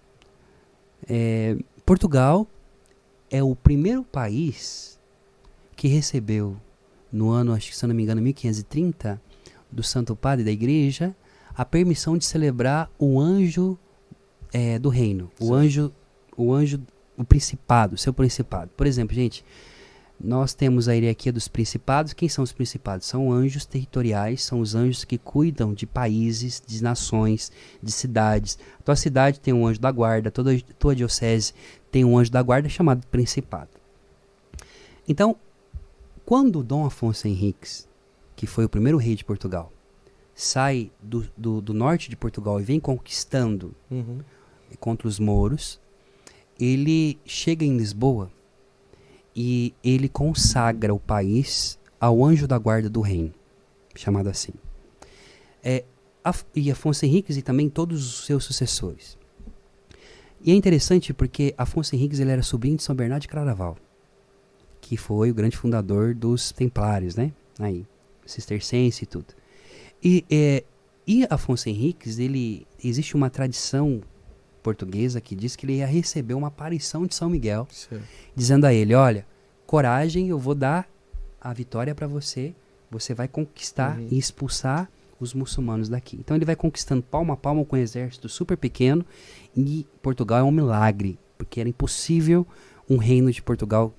Portugal é o primeiro país que recebeu, no ano, acho que se eu não me engano, 1530, do Santo Padre da Igreja, a permissão de celebrar o anjo do reino, o principado, seu principado. Por exemplo, gente, nós temos a hierarquia dos principados. Quem são os principados? São anjos territoriais, são os anjos que cuidam de países, de nações, de cidades. A tua cidade tem um anjo da guarda, tua diocese tem um anjo da guarda chamado principado. Então, quando Dom Afonso Henriques, que foi o primeiro rei de Portugal, sai do norte de Portugal e vem conquistando contra os mouros, ele chega em Lisboa e ele consagra o país ao anjo da guarda do reino, chamado assim. E Afonso Henriques e também todos os seus sucessores. E é interessante porque Afonso Henriques ele era sobrinho de São Bernardo de Claraval, que foi o grande fundador dos Templários, né? Aí, cistercense e tudo. E Afonso Henriques, existe uma tradição portuguesa que diz que ele ia receber uma aparição de São Miguel, dizendo a ele, olha, coragem, eu vou dar a vitória para você, você vai conquistar e expulsar os muçulmanos daqui. Então ele vai conquistando palmo a palmo com um exército super pequeno, e Portugal é um milagre, porque era impossível um reino de Portugal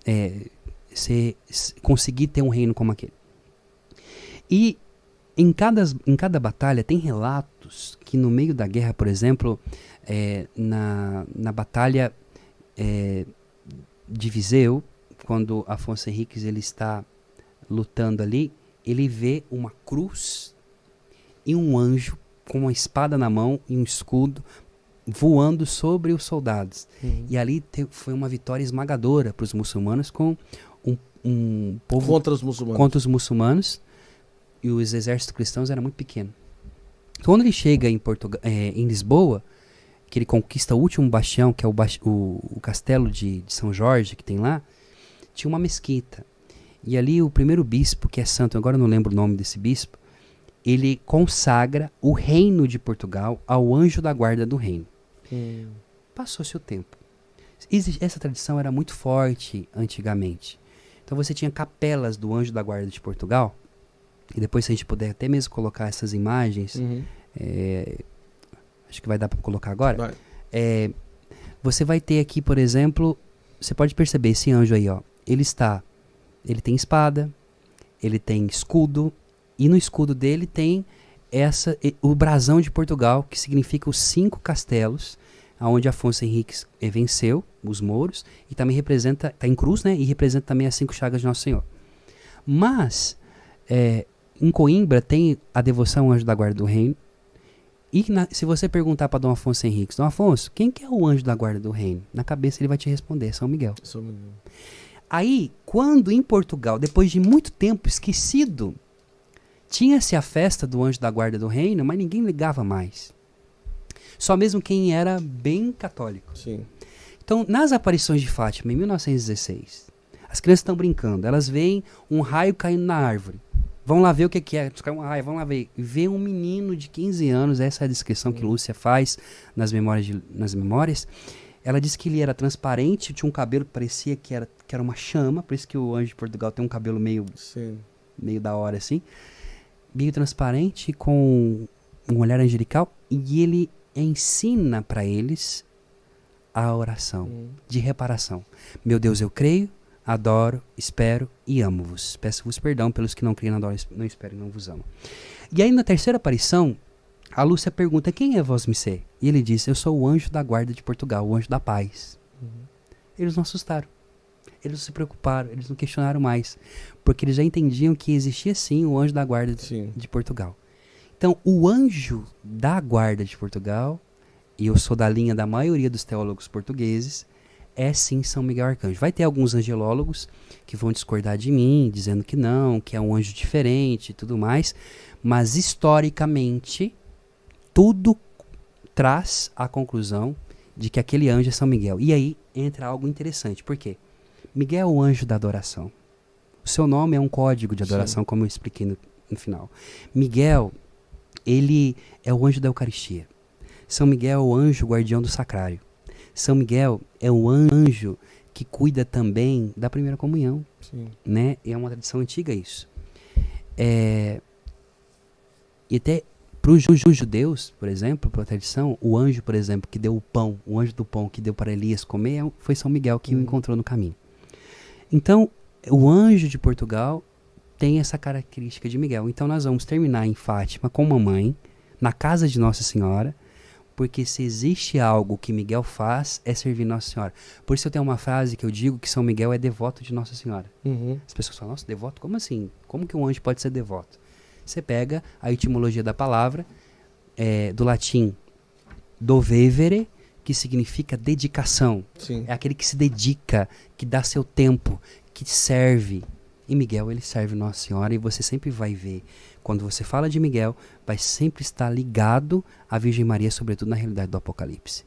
conseguir ter um reino como aquele. E em cada batalha tem relatos que no meio da guerra, por exemplo, na batalha de Viseu, quando Afonso Henriques ele está lutando ali, ele vê uma cruz e um anjo com uma espada na mão e um escudo voando sobre os soldados. E ali foi uma vitória esmagadora para os muçulmanos, com um povo contra os muçulmanos. E os exércitos cristãos eram muito pequenos. Quando ele chega em Lisboa, que ele conquista o último bastião, que é o castelo de São Jorge, que tem lá, tinha uma mesquita. E ali o primeiro bispo, que é santo, agora eu não lembro o nome desse bispo, ele consagra o reino de Portugal ao anjo da guarda do reino. Passou-se o tempo. Essa tradição era muito forte antigamente. Então você tinha capelas do anjo da guarda de Portugal, e depois se a gente puder até mesmo colocar essas imagens, acho que vai dar para colocar agora. Você vai ter aqui, por exemplo, você pode perceber esse anjo aí, ó. Ele tem espada, ele tem escudo, e no escudo dele tem o brasão de Portugal, que significa os 5 castelos, onde Afonso Henriques venceu os mouros, e também representa, está em cruz, né? E representa também as 5 chagas de Nosso Senhor. Mas em Coimbra tem a devoção ao anjo da guarda do reino. E se você perguntar para Dom Afonso Henriques, Dom Afonso, quem que é o anjo da guarda do reino? Na cabeça ele vai te responder, São Miguel. São Miguel. Aí, quando em Portugal, depois de muito tempo esquecido, tinha-se a festa do anjo da guarda do reino, mas ninguém ligava mais. Só mesmo quem era bem católico. Sim. Então, nas aparições de Fátima, em 1916, as crianças estão brincando, elas veem um raio caindo na árvore. Vão lá ver o que é. Caiu um raio, vão lá ver. Vê um menino de 15 anos, essa é a descrição que Lúcia faz nas memórias. Ela diz que ele era transparente, tinha um cabelo que parecia que era que era uma chama, por isso que o anjo de Portugal tem um cabelo meio da hora assim, meio transparente, com um olhar angelical, e ele ensina para eles a oração de reparação. Meu Deus, eu creio, adoro, espero e amo-vos. Peço-vos perdão pelos que não creem, não adoram, não esperam e não vos amam. E aí na terceira aparição, a Lúcia pergunta, quem é vós me ser? E ele diz, eu sou o anjo da guarda de Portugal, o anjo da paz. Eles não assustaram. Eles não se preocuparam, eles não questionaram mais. Porque eles já entendiam que existia sim o anjo da guarda de Portugal. Então, o anjo da guarda de Portugal, e eu sou da linha da maioria dos teólogos portugueses, é sim São Miguel Arcanjo. Vai ter alguns angelólogos que vão discordar de mim, dizendo que não, que é um anjo diferente e tudo mais, mas historicamente, tudo traz a conclusão de que aquele anjo é São Miguel. E aí entra algo interessante, por quê? Miguel é o anjo da adoração. O seu nome é um código de adoração, como eu expliquei no final. Miguel, ele é o anjo da Eucaristia. São Miguel é o anjo guardião do sacrário. São Miguel é o anjo que cuida também da primeira comunhão. Né? E é uma tradição antiga isso. E até para os judeus, por exemplo, para a tradição, o anjo, por exemplo, que deu o pão, o anjo do pão que deu para Elias comer, foi São Miguel que o encontrou no caminho. Então, o anjo de Portugal tem essa característica de Miguel. Então, nós vamos terminar em Fátima com mamãe, na casa de Nossa Senhora, porque se existe algo que Miguel faz, é servir Nossa Senhora. Por isso eu tenho uma frase que eu digo que São Miguel é devoto de Nossa Senhora. As pessoas falam, nossa, devoto? Como assim? Como que um anjo pode ser devoto? Você pega a etimologia da palavra, do latim dovevere, que significa dedicação. É aquele que se dedica, que dá seu tempo, que serve. E Miguel, ele serve Nossa Senhora, e você sempre vai ver, quando você fala de Miguel, vai sempre estar ligado à Virgem Maria, sobretudo na realidade do Apocalipse.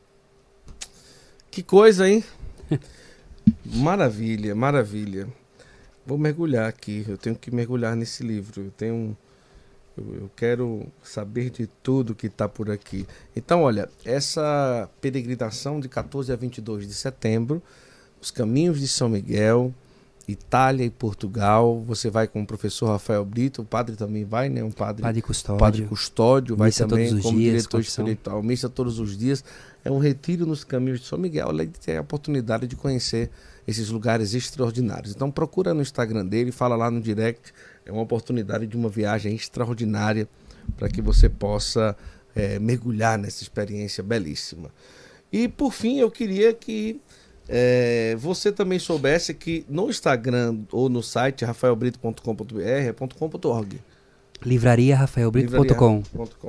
Que coisa, hein? Maravilha, maravilha. Vou mergulhar aqui, eu tenho que mergulhar nesse livro. Eu quero saber de tudo que está por aqui. Então, olha, essa peregrinação de 14 a 22 de setembro, os caminhos de São Miguel, Itália e Portugal, você vai com o professor Rafael Brito, o padre também vai, né? Padre Custódio vai missa também todos os como dias, diretor confissão espiritual, missa todos os dias. É um retiro nos caminhos de São Miguel, além de ter a oportunidade de conhecer esses lugares extraordinários. Então procura no Instagram dele, fala lá no direct, é uma oportunidade de uma viagem extraordinária para que você possa mergulhar nessa experiência belíssima. E por fim, eu queria que você também soubesse que no Instagram ou no site rafaelbrito.com.br é .com.org. livrariarafaelbrito.com.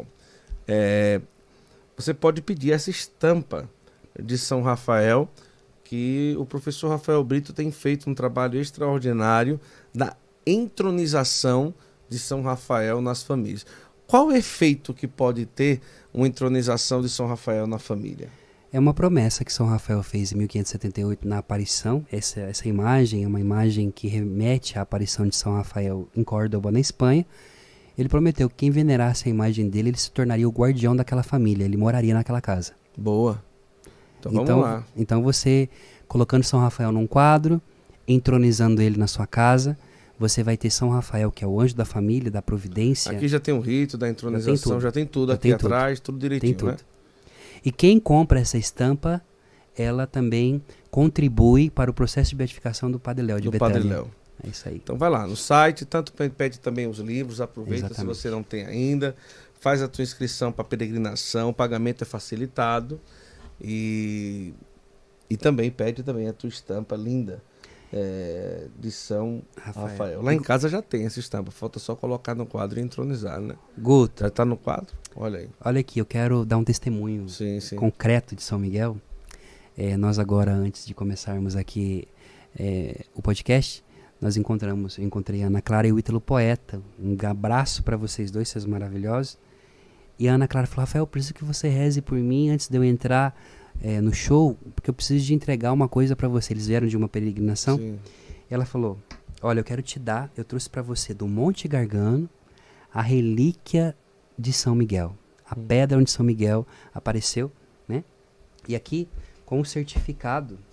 Você pode pedir essa estampa de São Rafael, que o professor Rafael Brito tem feito um trabalho extraordinário da entronização de São Rafael nas famílias. Qual o efeito que pode ter uma entronização de São Rafael na família? É uma promessa que São Rafael fez em 1578 na aparição. Essa imagem é uma imagem que remete à aparição de São Rafael em Córdoba, na Espanha. Ele prometeu que quem venerasse a imagem dele, ele se tornaria o guardião daquela família, ele moraria naquela casa. Boa. Então vamos lá. Então você, colocando São Rafael num quadro, entronizando ele na sua casa, você vai ter São Rafael, que é o anjo da família, da providência. Aqui já tem o rito da entronização, já tem tudo aqui atrás, tudo direitinho, tem tudo. Né? E quem compra essa estampa, ela também contribui para o processo de beatificação do Padre Léo de Betânia. Padre Léo. É isso aí. Então vai lá no site, tanto pede também os livros, aproveita. Exatamente. Se você não tem ainda, faz a tua inscrição para peregrinação, o pagamento é facilitado e também pede também a tua estampa linda de São Rafael. Lá em casa já tem essa estampa, falta só colocar no quadro e entronizar, né? Guto. Já está no quadro? Olha aí. Olha aqui, eu quero dar um testemunho concreto de São Miguel. Nós agora, antes de começarmos aqui o podcast, eu encontrei a Ana Clara e o Ítalo Poeta. Um abraço para vocês dois, vocês maravilhosos. E a Ana Clara falou, Rafael, preciso que você reze por mim antes de eu entrar no show, porque eu preciso de entregar uma coisa para você. Eles vieram de uma peregrinação. Sim. E ela falou, olha, eu quero te dar, eu trouxe para você do Monte Gargano a relíquia de São Miguel. A pedra onde São Miguel apareceu, né? E aqui, com o certificado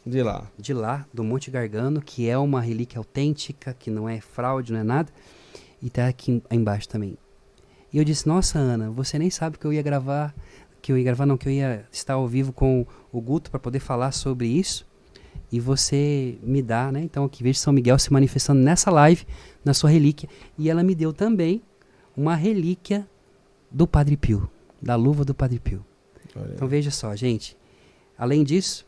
De lá, do Monte Gargano, que é uma relíquia autêntica, que não é fraude, não é nada. E tá aqui embaixo também. E eu disse, nossa, Ana, você nem sabe que eu ia gravar, que eu ia estar ao vivo com o Guto para poder falar sobre isso. E você me dá, né? Então aqui vejo São Miguel se manifestando nessa live, na sua relíquia. E ela me deu também uma relíquia do Padre Pio, da luva do Padre Pio. Então veja só, gente. Além disso,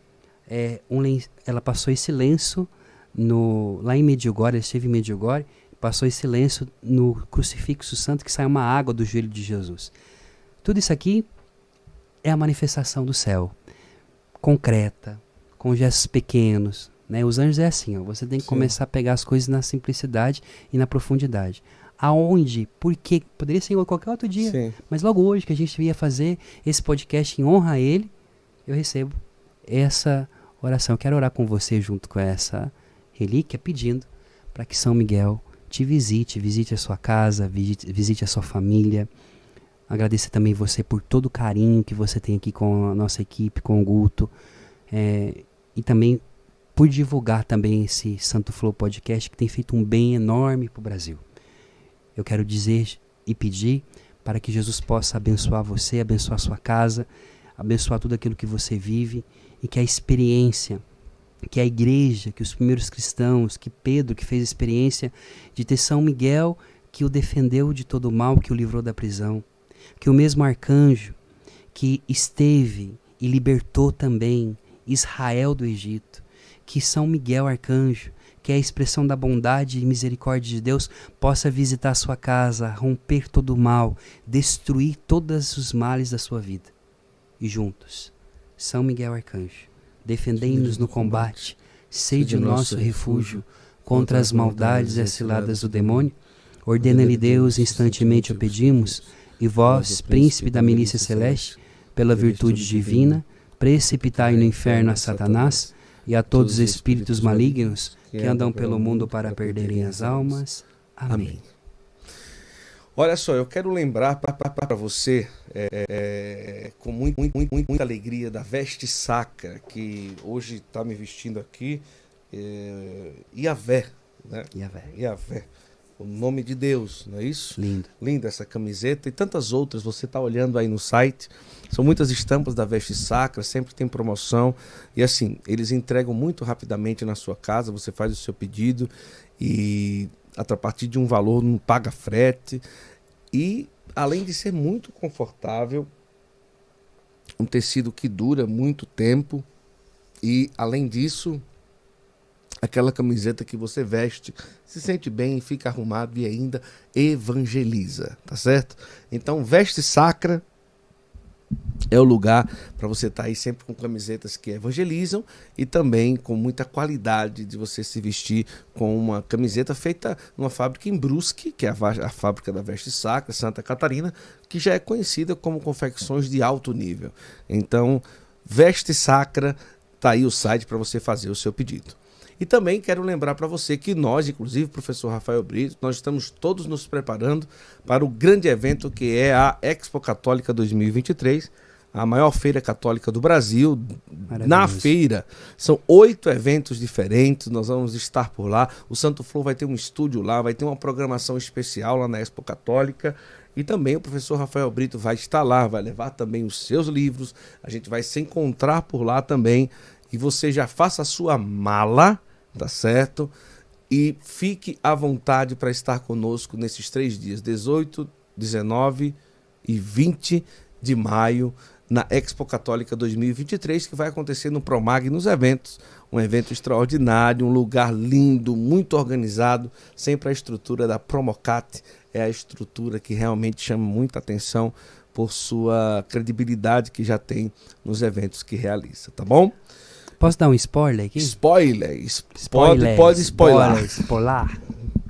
ela passou esse lenço lá em Medjugorje, ela esteve em Medjugorje, passou esse lenço no crucifixo santo que sai uma água do joelho de Jesus. Tudo isso aqui é a manifestação do céu, concreta, com gestos pequenos, né? Os anjos é assim, ó, você tem que começar a pegar as coisas na simplicidade e na profundidade. Aonde, por quê? Poderia ser em qualquer outro dia, mas logo hoje que a gente ia fazer esse podcast em honra a ele, eu recebo essa oração. Eu quero orar com você junto com essa relíquia, pedindo para que São Miguel te visite a sua casa, visite a sua família. Agradecer também você por todo o carinho que você tem aqui com a nossa equipe, com o Guto, e também por divulgar também esse Santo Flow Podcast, que tem feito um bem enorme para o Brasil. Eu quero dizer e pedir para que Jesus possa abençoar você, abençoar a sua casa, abençoar tudo aquilo que você vive, e que a experiência, que a igreja, que os primeiros cristãos, que Pedro, que fez a experiência de ter São Miguel, que o defendeu de todo o mal, que o livrou da prisão, que o mesmo arcanjo que esteve e libertou também Israel do Egito, que São Miguel arcanjo, que é a expressão da bondade e misericórdia de Deus, possa visitar a sua casa, romper todo o mal, destruir todos os males da sua vida. E juntos, São Miguel arcanjo, defendei-nos no combate, sede o nosso refúgio contra as maldades e as ciladas do demônio. Ordena-lhe Deus, instantemente o pedimos, e vós, príncipe da milícia celeste, pela virtude divina, precipitai no inferno a Satanás e a todos os espíritos malignos que andam pelo mundo para perderem as almas. Amém. Olha só, eu quero lembrar para você, com muita alegria, da veste sacra que hoje está me vestindo aqui, Yahvé, né? Yahvé, o nome de Deus, não é isso? Lindo. Linda essa camiseta e tantas outras, você está olhando aí no site, são muitas estampas da veste sacra, sempre tem promoção, e assim, eles entregam muito rapidamente na sua casa, você faz o seu pedido e a partir de um valor não paga frete, e além de ser muito confortável, um tecido que dura muito tempo, e além disso, aquela camiseta que você veste, se sente bem, fica arrumado e ainda evangeliza, tá certo? Então, veste sacra é o lugar para você estar aí sempre com camisetas que evangelizam e também com muita qualidade de você se vestir com uma camiseta feita numa fábrica em Brusque, que é a fábrica da Veste Sacra, Santa Catarina, que já é conhecida como confecções de alto nível. Então, Veste Sacra, tá aí o site para você fazer o seu pedido. E também quero lembrar para você que nós, inclusive o professor Rafael Brito, nós estamos todos nos preparando para o grande evento que é a Expo Católica 2023, a maior feira católica do Brasil. Na feira são 8 eventos diferentes, nós vamos estar por lá. O Santo Flow vai ter um estúdio lá, vai ter uma programação especial lá na Expo Católica. E também o professor Rafael Brito vai estar lá, vai levar também os seus livros, a gente vai se encontrar por lá também. E você já faça a sua mala, tá certo? E fique à vontade para estar conosco nesses 3 dias, 18, 19 e 20 de maio, na Expo Católica 2023, que vai acontecer no Promag nos eventos. Um evento extraordinário, um lugar lindo, muito organizado, sempre a estrutura da Promocat, é a estrutura que realmente chama muita atenção por sua credibilidade que já tem nos eventos que realiza, tá bom? Posso dar um spoiler aqui? Spoiler. Pode spoiler. Spoiler.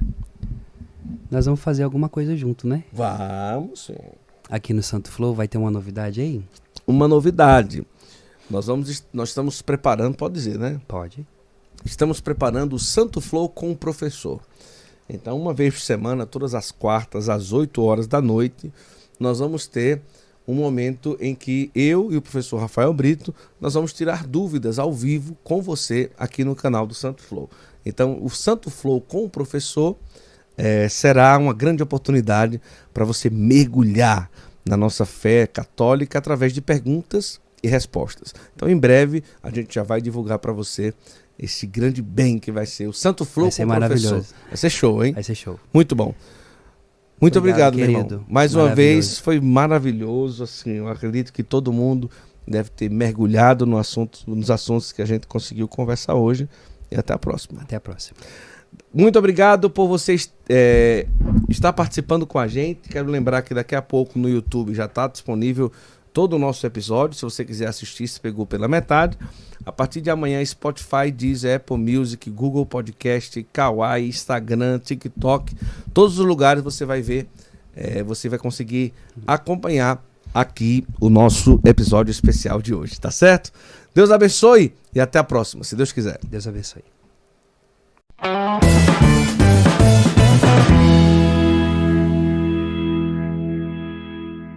Nós vamos fazer alguma coisa junto, né? Vamos, sim. Aqui no Santo Flow vai ter uma novidade aí? Uma novidade. Nós estamos preparando, pode dizer, né? Pode. Estamos preparando o Santo Flow com o professor. Então, uma vez por semana, todas as quartas, às 8 horas da noite, nós vamos ter um momento em que eu e o professor Rafael Brito, nós vamos tirar dúvidas ao vivo com você aqui no canal do Santo Flow. Então, o Santo Flow com o professor será uma grande oportunidade para você mergulhar na nossa fé católica através de perguntas e respostas. Então, em breve, a gente já vai divulgar para você esse grande bem que vai ser o Santo Flow com o professor. Vai ser show, hein? Vai ser show. Muito bom. Muito obrigado, meu irmão. Mais uma vez, foi maravilhoso. Assim, eu acredito que todo mundo deve ter mergulhado nos assuntos que a gente conseguiu conversar hoje. E até a próxima. Até a próxima. Muito obrigado por vocês estar participando com a gente. Quero lembrar que daqui a pouco no YouTube já está disponível todo o nosso episódio. Se você quiser assistir, se pegou pela metade. A partir de amanhã, Spotify, Deezer, Apple Music, Google Podcast, Kawaii, Instagram, TikTok. Todos os lugares você vai ver, você vai conseguir acompanhar aqui o nosso episódio especial de hoje, tá certo? Deus abençoe e até a próxima, se Deus quiser. Deus abençoe.